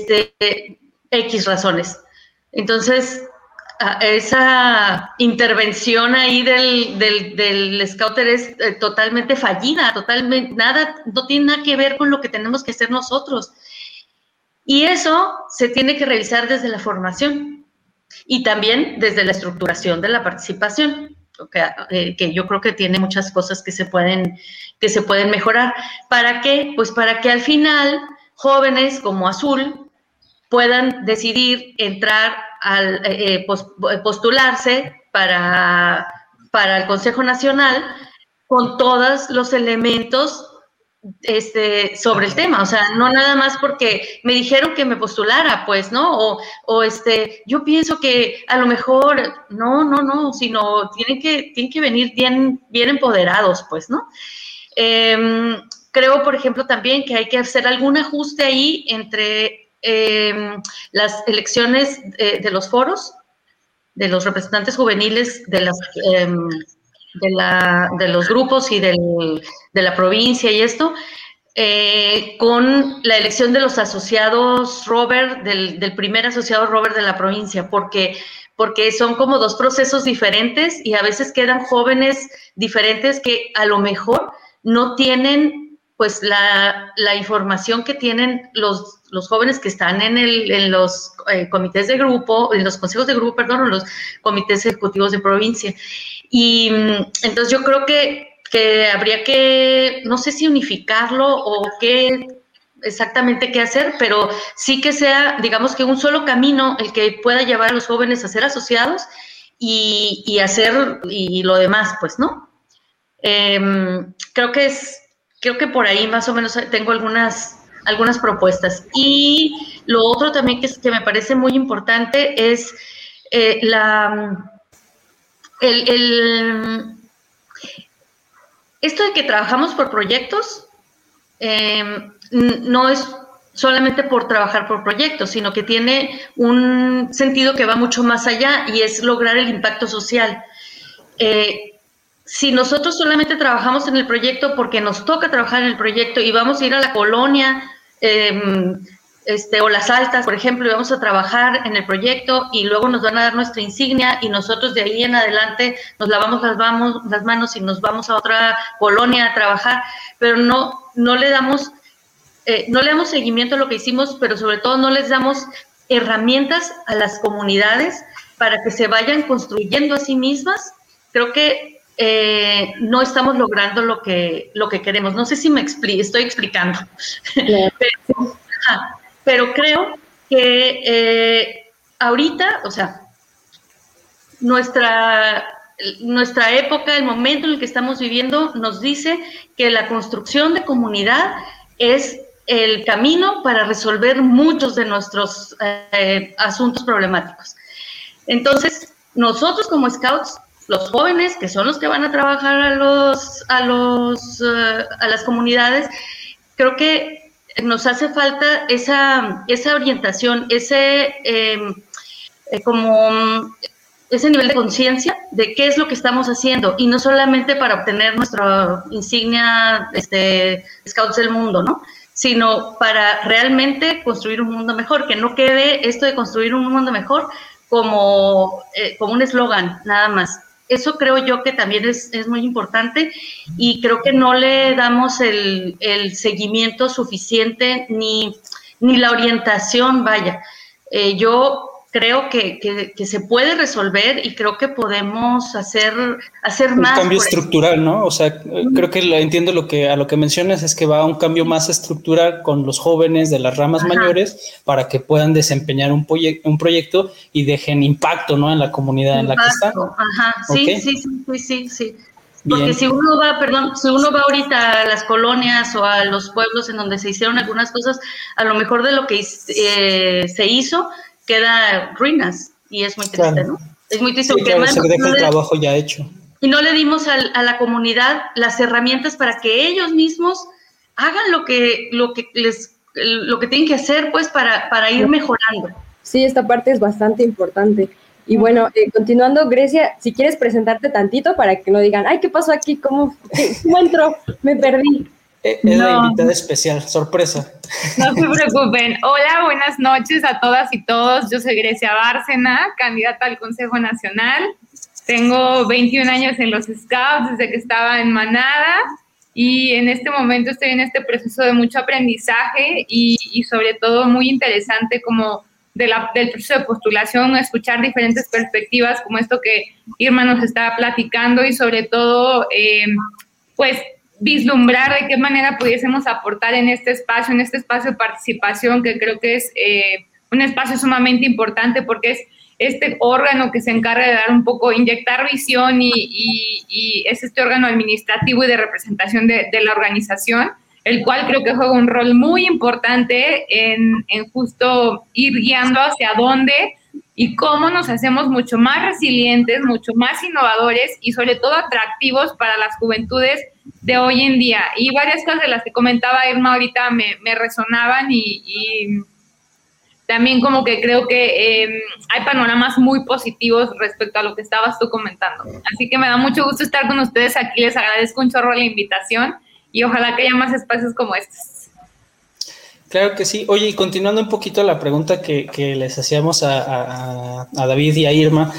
G: X razones. Entonces, esa intervención ahí del scouter es totalmente fallida, no tiene nada que ver con lo que tenemos que hacer nosotros. Y eso se tiene que revisar desde la formación y también desde la estructuración de la participación, que yo creo que tiene muchas cosas que se pueden mejorar. ¿Para qué? Pues para que al final jóvenes como Azul puedan decidir entrar postularse para el Consejo Nacional con todos los elementos sobre el tema, o sea, no nada más porque me dijeron que me postulara, pues, ¿no? O yo pienso que a lo mejor, no, sino tienen que venir bien empoderados, pues, ¿no? Creo, por ejemplo, también que hay que hacer algún ajuste ahí entre las elecciones de los foros, de los representantes juveniles de los grupos y de la provincia y esto, con la elección de los asociados Robert, del primer asociado Robert de la provincia, porque son como dos procesos diferentes y a veces quedan jóvenes diferentes que a lo mejor no tienen pues la información que tienen los jóvenes que están en los comités de grupo, en los consejos de grupo, perdón, o los comités ejecutivos de provincia. Y entonces yo creo que habría que, no sé si unificarlo o qué exactamente qué hacer, pero sí que sea, digamos que un solo camino el que pueda llevar a los jóvenes a ser asociados y hacer y lo demás, pues, ¿no? Creo que por ahí más o menos tengo algunas propuestas. Y lo otro también que me parece muy importante es esto de que trabajamos por proyectos, no es solamente por trabajar por proyectos, sino que tiene un sentido que va mucho más allá y es lograr el impacto social. Si nosotros solamente trabajamos en el proyecto porque nos toca trabajar en el proyecto y vamos a ir a la colonia o Las Altas, por ejemplo, y vamos a trabajar en el proyecto y luego nos van a dar nuestra insignia y nosotros de ahí en adelante nos lavamos las manos y nos vamos a otra colonia a trabajar, pero no le damos seguimiento a lo que hicimos, pero sobre todo no les damos herramientas a las comunidades para que se vayan construyendo a sí mismas. Creo que no estamos logrando lo que queremos. No sé si estoy explicando, pero creo que ahorita, o sea, nuestra época, el momento en el que estamos viviendo, nos dice que la construcción de comunidad es el camino para resolver muchos de nuestros asuntos problemáticos. Entonces, nosotros como Scouts, los jóvenes, que son los que van a trabajar a las comunidades, creo que nos hace falta esa orientación, ese nivel de conciencia de qué es lo que estamos haciendo, y no solamente para obtener nuestra insignia Scouts del Mundo, ¿no? Sino para realmente construir un mundo mejor, que no quede esto de construir un mundo mejor como un eslogan, nada más. Eso creo yo que también es muy importante, y creo que no le damos el seguimiento suficiente ni la orientación, vaya. Yo creo que se puede resolver, y creo que podemos hacer más.
F: Un cambio estructural, ¿no? O sea, creo que entiendo a lo que mencionas, es que va a un cambio más estructural con los jóvenes de las ramas mayores, para que puedan desempeñar un proyecto y dejen impacto, ¿no? En la comunidad en la que están.
G: Ajá, sí, ¿okay? Sí. Porque bien. Si uno va ahorita a las colonias o a los pueblos en donde se hicieron algunas cosas, a lo mejor de lo que se hizo queda ruinas, y es muy triste, claro, ¿no? Es muy triste.
F: Sí, claro, se deja el trabajo ya hecho.
G: Y no le dimos a la comunidad las herramientas para que ellos mismos hagan lo que tienen que hacer, pues, para ir mejorando.
I: Sí, esta parte es bastante importante. Y bueno, continuando, Grecia, si quieres presentarte tantito para que no digan, ay, ¿qué pasó aquí? ¿Cómo entro? Me perdí.
F: Es la invitada especial, sorpresa.
J: No se preocupen. Hola, buenas noches a todas y todos. Yo soy Grecia Bárcena, candidata al Consejo Nacional. Tengo 21 años en los Scouts desde que estaba en Manada, y en este momento estoy en este proceso de mucho aprendizaje y sobre todo muy interesante como del proceso de postulación, escuchar diferentes perspectivas como esto que Irma nos estaba platicando, y sobre todo, pues, vislumbrar de qué manera pudiésemos aportar en este espacio de participación, que creo que es un espacio sumamente importante, porque es este órgano que se encarga de dar un poco, inyectar visión, y es este órgano administrativo y de representación de la organización, el cual creo que juega un rol muy importante en justo ir guiando hacia dónde y cómo nos hacemos mucho más resilientes, mucho más innovadores y sobre todo atractivos para las juventudes de hoy en día. Y varias cosas de las que comentaba Irma ahorita me resonaban, y también como que creo que hay panoramas muy positivos respecto a lo que estabas tú comentando. Así que me da mucho gusto estar con ustedes aquí, les agradezco un chorro la invitación, y ojalá que haya más espacios como estos.
F: Claro que sí. Oye, y continuando un poquito la pregunta que les hacíamos a David y a Irma,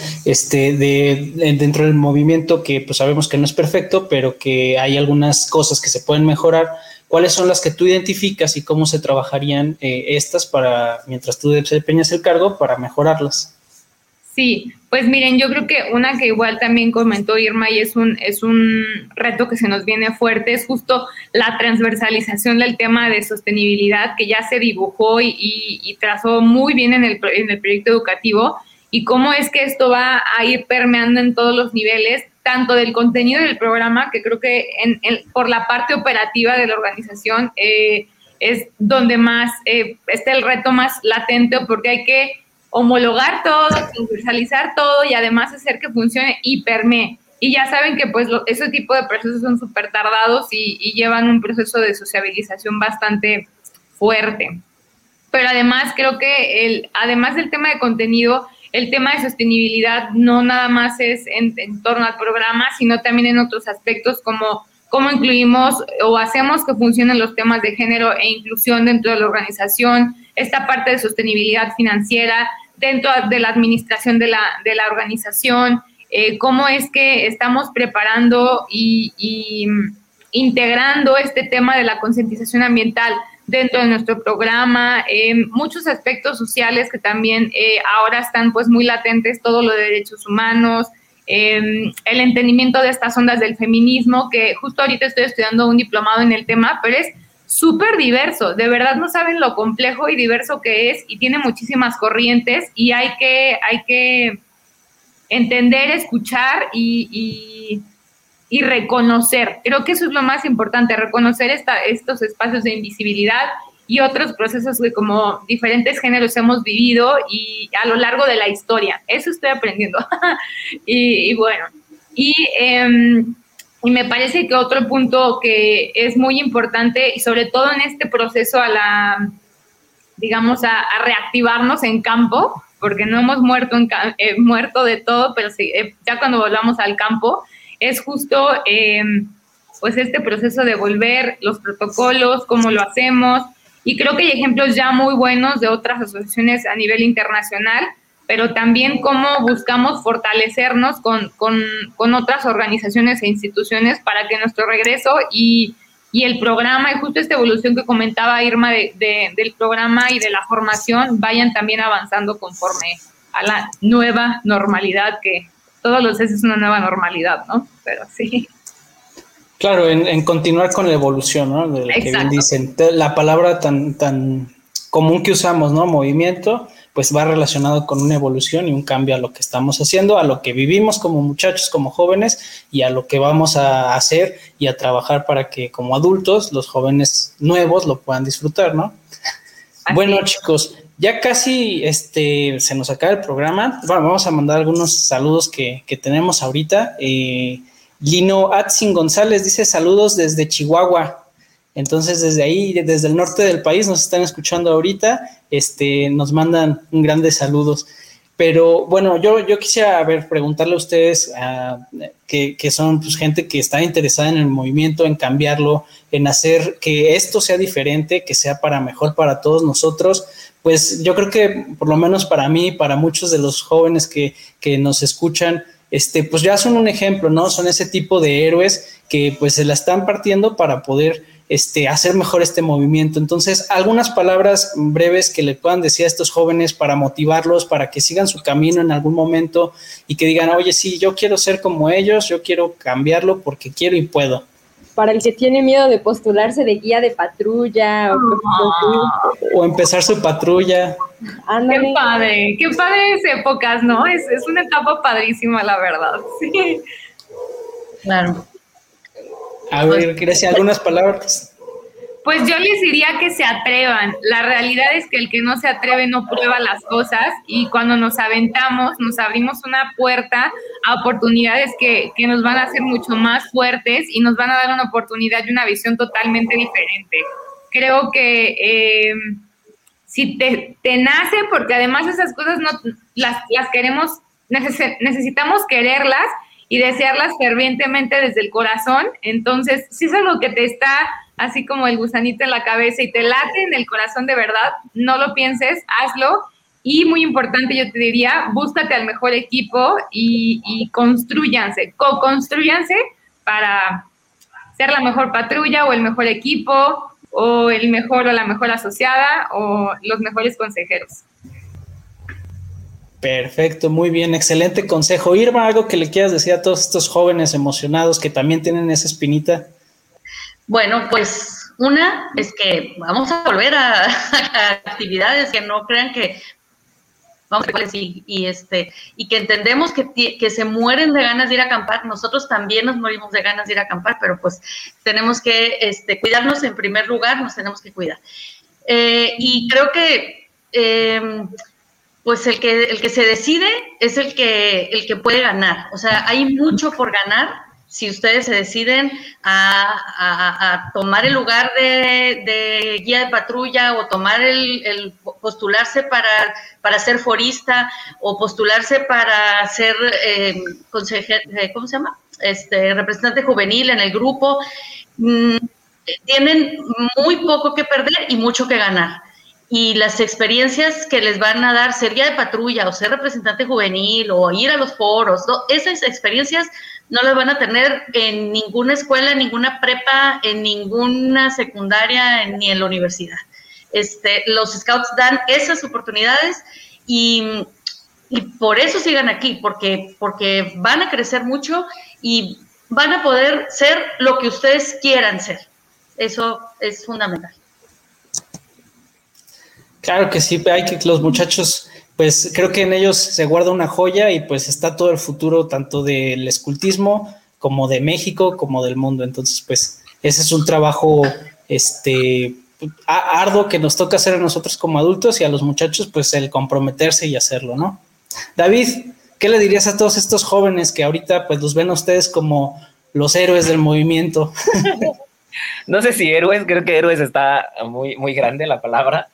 F: dentro del movimiento, que pues sabemos que no es perfecto, pero que hay algunas cosas que se pueden mejorar, ¿cuáles son las que tú identificas y cómo se trabajarían estas mientras tú desempeñas el cargo, para mejorarlas?
J: Sí, pues miren, yo creo que una que igual también comentó Irma, y es un reto que se nos viene fuerte, es justo la transversalización del tema de sostenibilidad, que ya se dibujó y trazó muy bien en el proyecto educativo, y cómo es que esto va a ir permeando en todos los niveles, tanto del contenido del programa, que creo que por la parte operativa de la organización es donde más está el reto más latente, porque hay que homologar todo, transversalizar todo, y además hacer que funcione y permee. Y ya saben que pues ese tipo de procesos son súper tardados y llevan un proceso de sociabilización bastante fuerte. Pero además creo que además del tema de contenido, el tema de sostenibilidad no nada más es en torno al programa, sino también en otros aspectos, como cómo incluimos o hacemos que funcionen los temas de género e inclusión dentro de la organización, esta parte de sostenibilidad financiera dentro de la administración de la organización, cómo es que estamos preparando y integrando este tema de la concientización ambiental dentro de nuestro programa, muchos aspectos sociales que también ahora están pues muy latentes, todo lo de derechos humanos, el entendimiento de estas ondas del feminismo, que justo ahorita estoy estudiando un diplomado en el tema, pero es súper diverso, de verdad no saben lo complejo y diverso que es, y tiene muchísimas corrientes, y hay que entender, escuchar y reconocer. Creo que eso es lo más importante, reconocer estos espacios de invisibilidad y otros procesos que como diferentes géneros hemos vivido y a lo largo de la historia. Eso estoy aprendiendo. y bueno, y me parece que otro punto que es muy importante, y sobre todo en este proceso a reactivarnos en campo, porque no hemos muerto de todo, pero sí, ya cuando volvamos al campo, es justo pues este proceso de volver, los protocolos, cómo lo hacemos, y creo que hay ejemplos ya muy buenos de otras asociaciones a nivel internacional, pero también cómo buscamos fortalecernos con otras organizaciones e instituciones para que nuestro regreso y el programa, y justo esta evolución que comentaba Irma del programa y de la formación, vayan también avanzando conforme a la nueva normalidad, que todos los días es una nueva normalidad, ¿no? Pero sí.
F: Claro, en continuar con la evolución, ¿no? De lo que bien dicen. La palabra tan común que usamos, ¿no? Movimiento, pues va relacionado con una evolución y un cambio a lo que estamos haciendo, a lo que vivimos como muchachos, como jóvenes, y a lo que vamos a hacer y a trabajar para que como adultos, los jóvenes nuevos lo puedan disfrutar, ¿no? Así bueno, es. Chicos, ya casi se nos acaba el programa. Bueno, vamos a mandar algunos saludos que tenemos ahorita. Lino Atzin González dice saludos desde Chihuahua. Entonces, desde ahí, desde el norte del país, nos están escuchando ahorita, nos mandan un grandes saludos. Pero, bueno, yo quisiera, preguntarle a ustedes, que son pues, gente que está interesada en el movimiento, en cambiarlo, en hacer que esto sea diferente, que sea para mejor para todos nosotros. Pues yo creo que, por lo menos para mí, para muchos de los jóvenes que nos escuchan, pues ya son un ejemplo, ¿no? Son ese tipo de héroes que pues se la están partiendo para poder hacer mejor este movimiento. Entonces, algunas palabras breves que le puedan decir a estos jóvenes para motivarlos, para que sigan su camino en algún momento y que digan, oye, sí, yo quiero ser como ellos, yo quiero cambiarlo porque quiero y puedo.
I: Para el que tiene miedo de postularse de guía de patrulla
F: o empezar su patrulla.
J: Ándale. Qué padres épocas, ¿no? Es una etapa padrísima, la verdad. Sí.
G: Claro.
F: A ver, Grecia, algunas palabras.
J: Pues yo les diría que se atrevan. La realidad es que el que no se atreve no prueba las cosas, y cuando nos aventamos, nos abrimos una puerta a oportunidades que nos van a hacer mucho más fuertes y nos van a dar una oportunidad y una visión totalmente diferente. Creo que si te nace, porque además esas cosas no las queremos, necesitamos quererlas y desearlas fervientemente desde el corazón. Entonces, si es algo que te está así como el gusanito en la cabeza y te late en el corazón de verdad, no lo pienses, hazlo. Y muy importante, yo te diría, búscate al mejor equipo y construyanse, co-construyanse para ser la mejor patrulla o el mejor equipo o el mejor o la mejor asociada o los mejores consejeros.
F: Perfecto, muy bien, excelente consejo. Irma, ¿algo que le quieras decir a todos estos jóvenes emocionados que también tienen esa espinita?
G: Bueno, pues una es que vamos a volver a actividades, que no crean que vamos a y que entendemos que se mueren de ganas de ir a acampar. Nosotros también nos morimos de ganas de ir a acampar, pero pues tenemos que cuidarnos en primer lugar, nos tenemos que cuidar. Y creo que pues el que se decide es el que puede ganar. O sea, hay mucho por ganar si ustedes se deciden a tomar el lugar de guía de patrulla, o tomar el postularse para ser forista, o postularse para ser consejero, ¿cómo se llama? Representante juvenil en el grupo. Tienen muy poco que perder y mucho que ganar. Y las experiencias que les van a dar ser guía de patrulla o ser representante juvenil o ir a los foros, ¿no? Esas experiencias no las van a tener en ninguna escuela, en ninguna prepa, en ninguna secundaria, ni en la universidad. Los scouts dan esas oportunidades y y por eso sigan aquí, porque van a crecer mucho y van a poder ser lo que ustedes quieran ser. Eso es fundamental.
F: Claro que sí, hay que los muchachos, pues creo que en ellos se guarda una joya y pues está todo el futuro tanto del escultismo como de México como del mundo. Entonces, pues ese es un trabajo arduo que nos toca hacer a nosotros como adultos y a los muchachos, pues el comprometerse y hacerlo, ¿no? David, ¿qué le dirías a todos estos jóvenes que ahorita pues los ven a ustedes como los héroes del movimiento?
H: No sé si héroes, creo que héroes está muy, muy grande la palabra.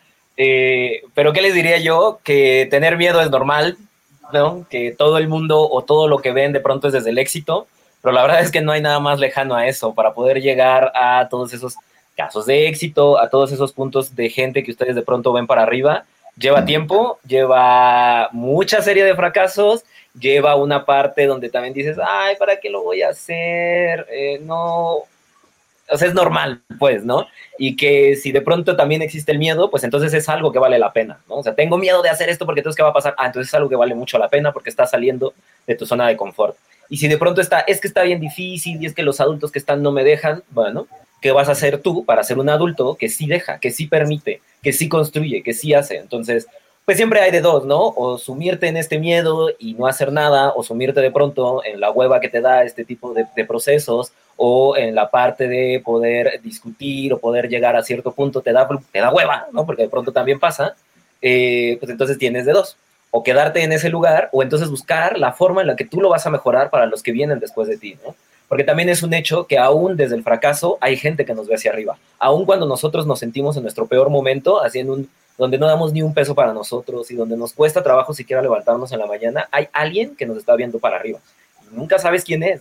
H: Pero ¿qué les diría yo? Que tener miedo es normal, ¿no? Que todo el mundo o todo lo que ven de pronto es desde el éxito, pero la verdad es que no hay nada más lejano a eso para poder llegar a todos esos casos de éxito, a todos esos puntos de gente que ustedes de pronto ven para arriba. Lleva tiempo, lleva mucha serie de fracasos, lleva una parte donde también dices, ay, ¿para qué lo voy a hacer? No... O sea, es normal, pues, ¿no? Y que si de pronto también existe el miedo, pues entonces es algo que vale la pena, ¿no? O sea, tengo miedo de hacer esto porque entonces, ¿qué va a pasar? Entonces es algo que vale mucho la pena porque estás saliendo de tu zona de confort. Y si de pronto es que está bien difícil y es que los adultos que están no me dejan, bueno, ¿qué vas a hacer tú para ser un adulto que sí deja, que sí permite, que sí construye, que sí hace? Entonces, pues siempre hay de dos, ¿no? O sumirte en este miedo y no hacer nada, o sumirte de pronto en la hueva que te da este tipo de procesos, o en la parte de poder discutir o poder llegar a cierto punto te da hueva, ¿no? Porque de pronto también pasa, pues entonces tienes de dos, o quedarte en ese lugar, o entonces buscar la forma en la que tú lo vas a mejorar para los que vienen después de ti, ¿no? Porque también es un hecho que aún desde el fracaso hay gente que nos ve hacia arriba, aún cuando nosotros nos sentimos en nuestro peor momento, donde no damos ni un peso para nosotros y donde nos cuesta trabajo siquiera levantarnos en la mañana, hay alguien que nos está viendo para arriba. Nunca sabes quién es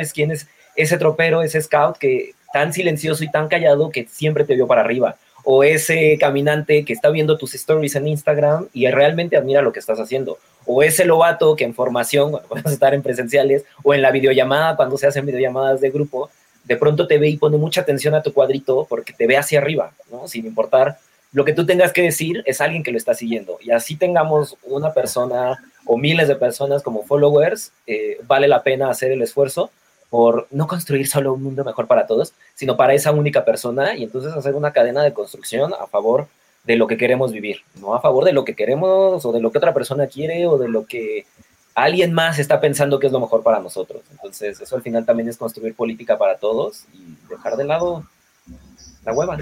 H: ese tropero, ese scout que tan silencioso y tan callado que siempre te vio para arriba, o ese caminante que está viendo tus stories en Instagram y realmente admira lo que estás haciendo, o ese lobato que en formación, cuando puedes estar en presenciales, o en la videollamada, cuando se hacen videollamadas de grupo, de pronto te ve y pone mucha atención a tu cuadrito porque te ve hacia arriba, ¿no? Sin importar lo que tú tengas que decir, es alguien que lo está siguiendo. Y así tengamos una persona o miles de personas como followers, vale la pena hacer el esfuerzo por no construir solo un mundo mejor para todos, sino para esa única persona, y entonces hacer una cadena de construcción a favor de lo que queremos vivir, no a favor de lo que queremos o de lo que otra persona quiere o de lo que alguien más está pensando que es lo mejor para nosotros. Entonces eso al final también es construir política para todos y dejar de lado la hueva.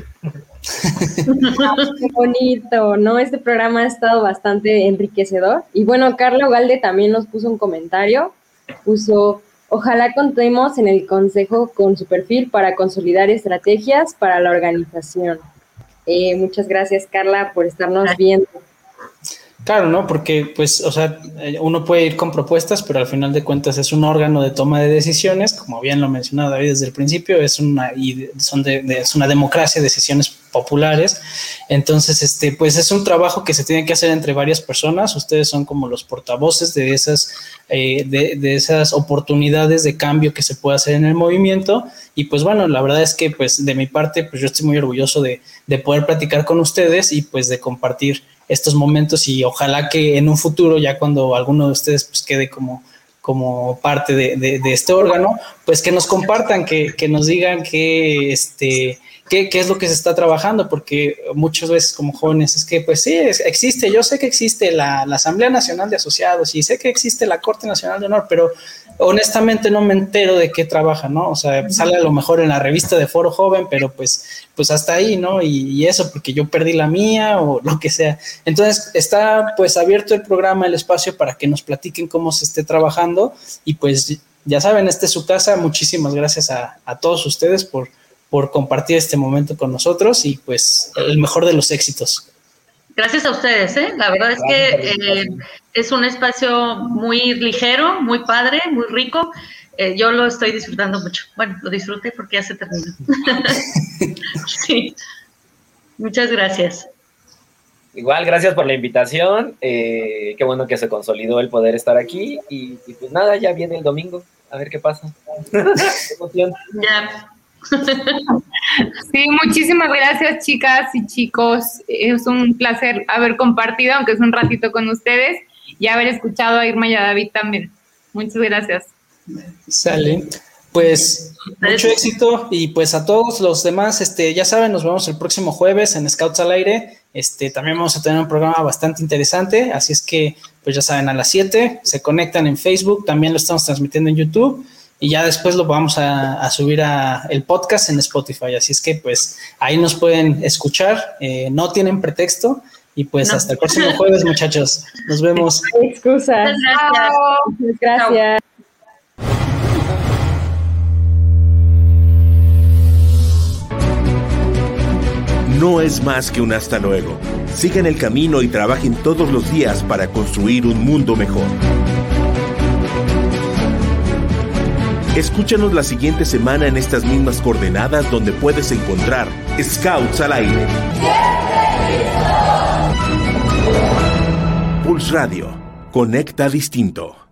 I: Qué bonito, ¿no? Este programa ha estado bastante enriquecedor. Y bueno, Carla Ugalde también nos puso un comentario, puso: ojalá contemos en el consejo con su perfil para consolidar estrategias para la organización. Muchas gracias, Carla, por estarnos viendo.
F: Claro, ¿no? Porque, pues, o sea, uno puede ir con propuestas, pero al final de cuentas es un órgano de toma de decisiones, como bien lo mencionaba David desde el principio, es una democracia de decisiones populares. Entonces, pues es un trabajo que se tiene que hacer entre varias personas. Ustedes son como los portavoces de esas oportunidades de cambio que se puede hacer en el movimiento. Y pues bueno, la verdad es que pues de mi parte, pues yo estoy muy orgulloso de poder platicar con ustedes y pues de compartir estos momentos, y ojalá que en un futuro, ya cuando alguno de ustedes pues quede como parte de este órgano, pues que nos compartan, que nos digan qué es lo que se está trabajando, porque muchas veces como jóvenes es que pues sí, existe, yo sé que existe la Asamblea Nacional de Asociados y sé que existe la Corte Nacional de Honor, pero honestamente no me entero de qué trabaja, ¿no? O sea, sale a lo mejor en la revista de Foro Joven, pero pues hasta ahí, ¿no? Y eso porque yo perdí la mía o lo que sea. Entonces está pues abierto el programa, el espacio para que nos platiquen cómo se esté trabajando, y pues ya saben, esta es su casa. Muchísimas gracias a todos ustedes por compartir este momento con nosotros, y pues el mejor de los éxitos.
G: Gracias a ustedes, ¿eh? La verdad es que es un espacio muy ligero, muy padre, muy rico. Yo lo estoy disfrutando mucho. Bueno, lo disfruté porque ya se terminó. Sí. Muchas gracias.
H: Igual, gracias por la invitación. Qué bueno que se consolidó el poder estar aquí. Y pues nada, ya viene el domingo. A ver qué pasa. Qué emoción.
G: Ya.
J: Sí, muchísimas gracias, chicas y chicos. Es un placer haber compartido, aunque es un ratito, con ustedes. y haber escuchado a Irma y a David también. Muchas gracias.
F: Sale. Pues mucho éxito y pues a todos los demás, ya saben, nos vemos el próximo jueves en Scouts al Aire. También vamos a tener un programa bastante interesante, así es que pues ya saben, a las 7 se conectan en Facebook, también lo estamos transmitiendo en YouTube y ya después lo vamos a subir el podcast en Spotify, así es que pues ahí nos pueden escuchar, no tienen pretexto y pues hasta el próximo jueves, muchachos, nos vemos.
I: Excusas.
G: Gracias.
I: Gracias.
A: No es más que un hasta luego. Sigan el camino y trabajen todos los días para construir un mundo mejor. Escúchanos la siguiente semana en estas mismas coordenadas donde puedes encontrar Scouts al Aire. Pulse Radio. Conecta distinto.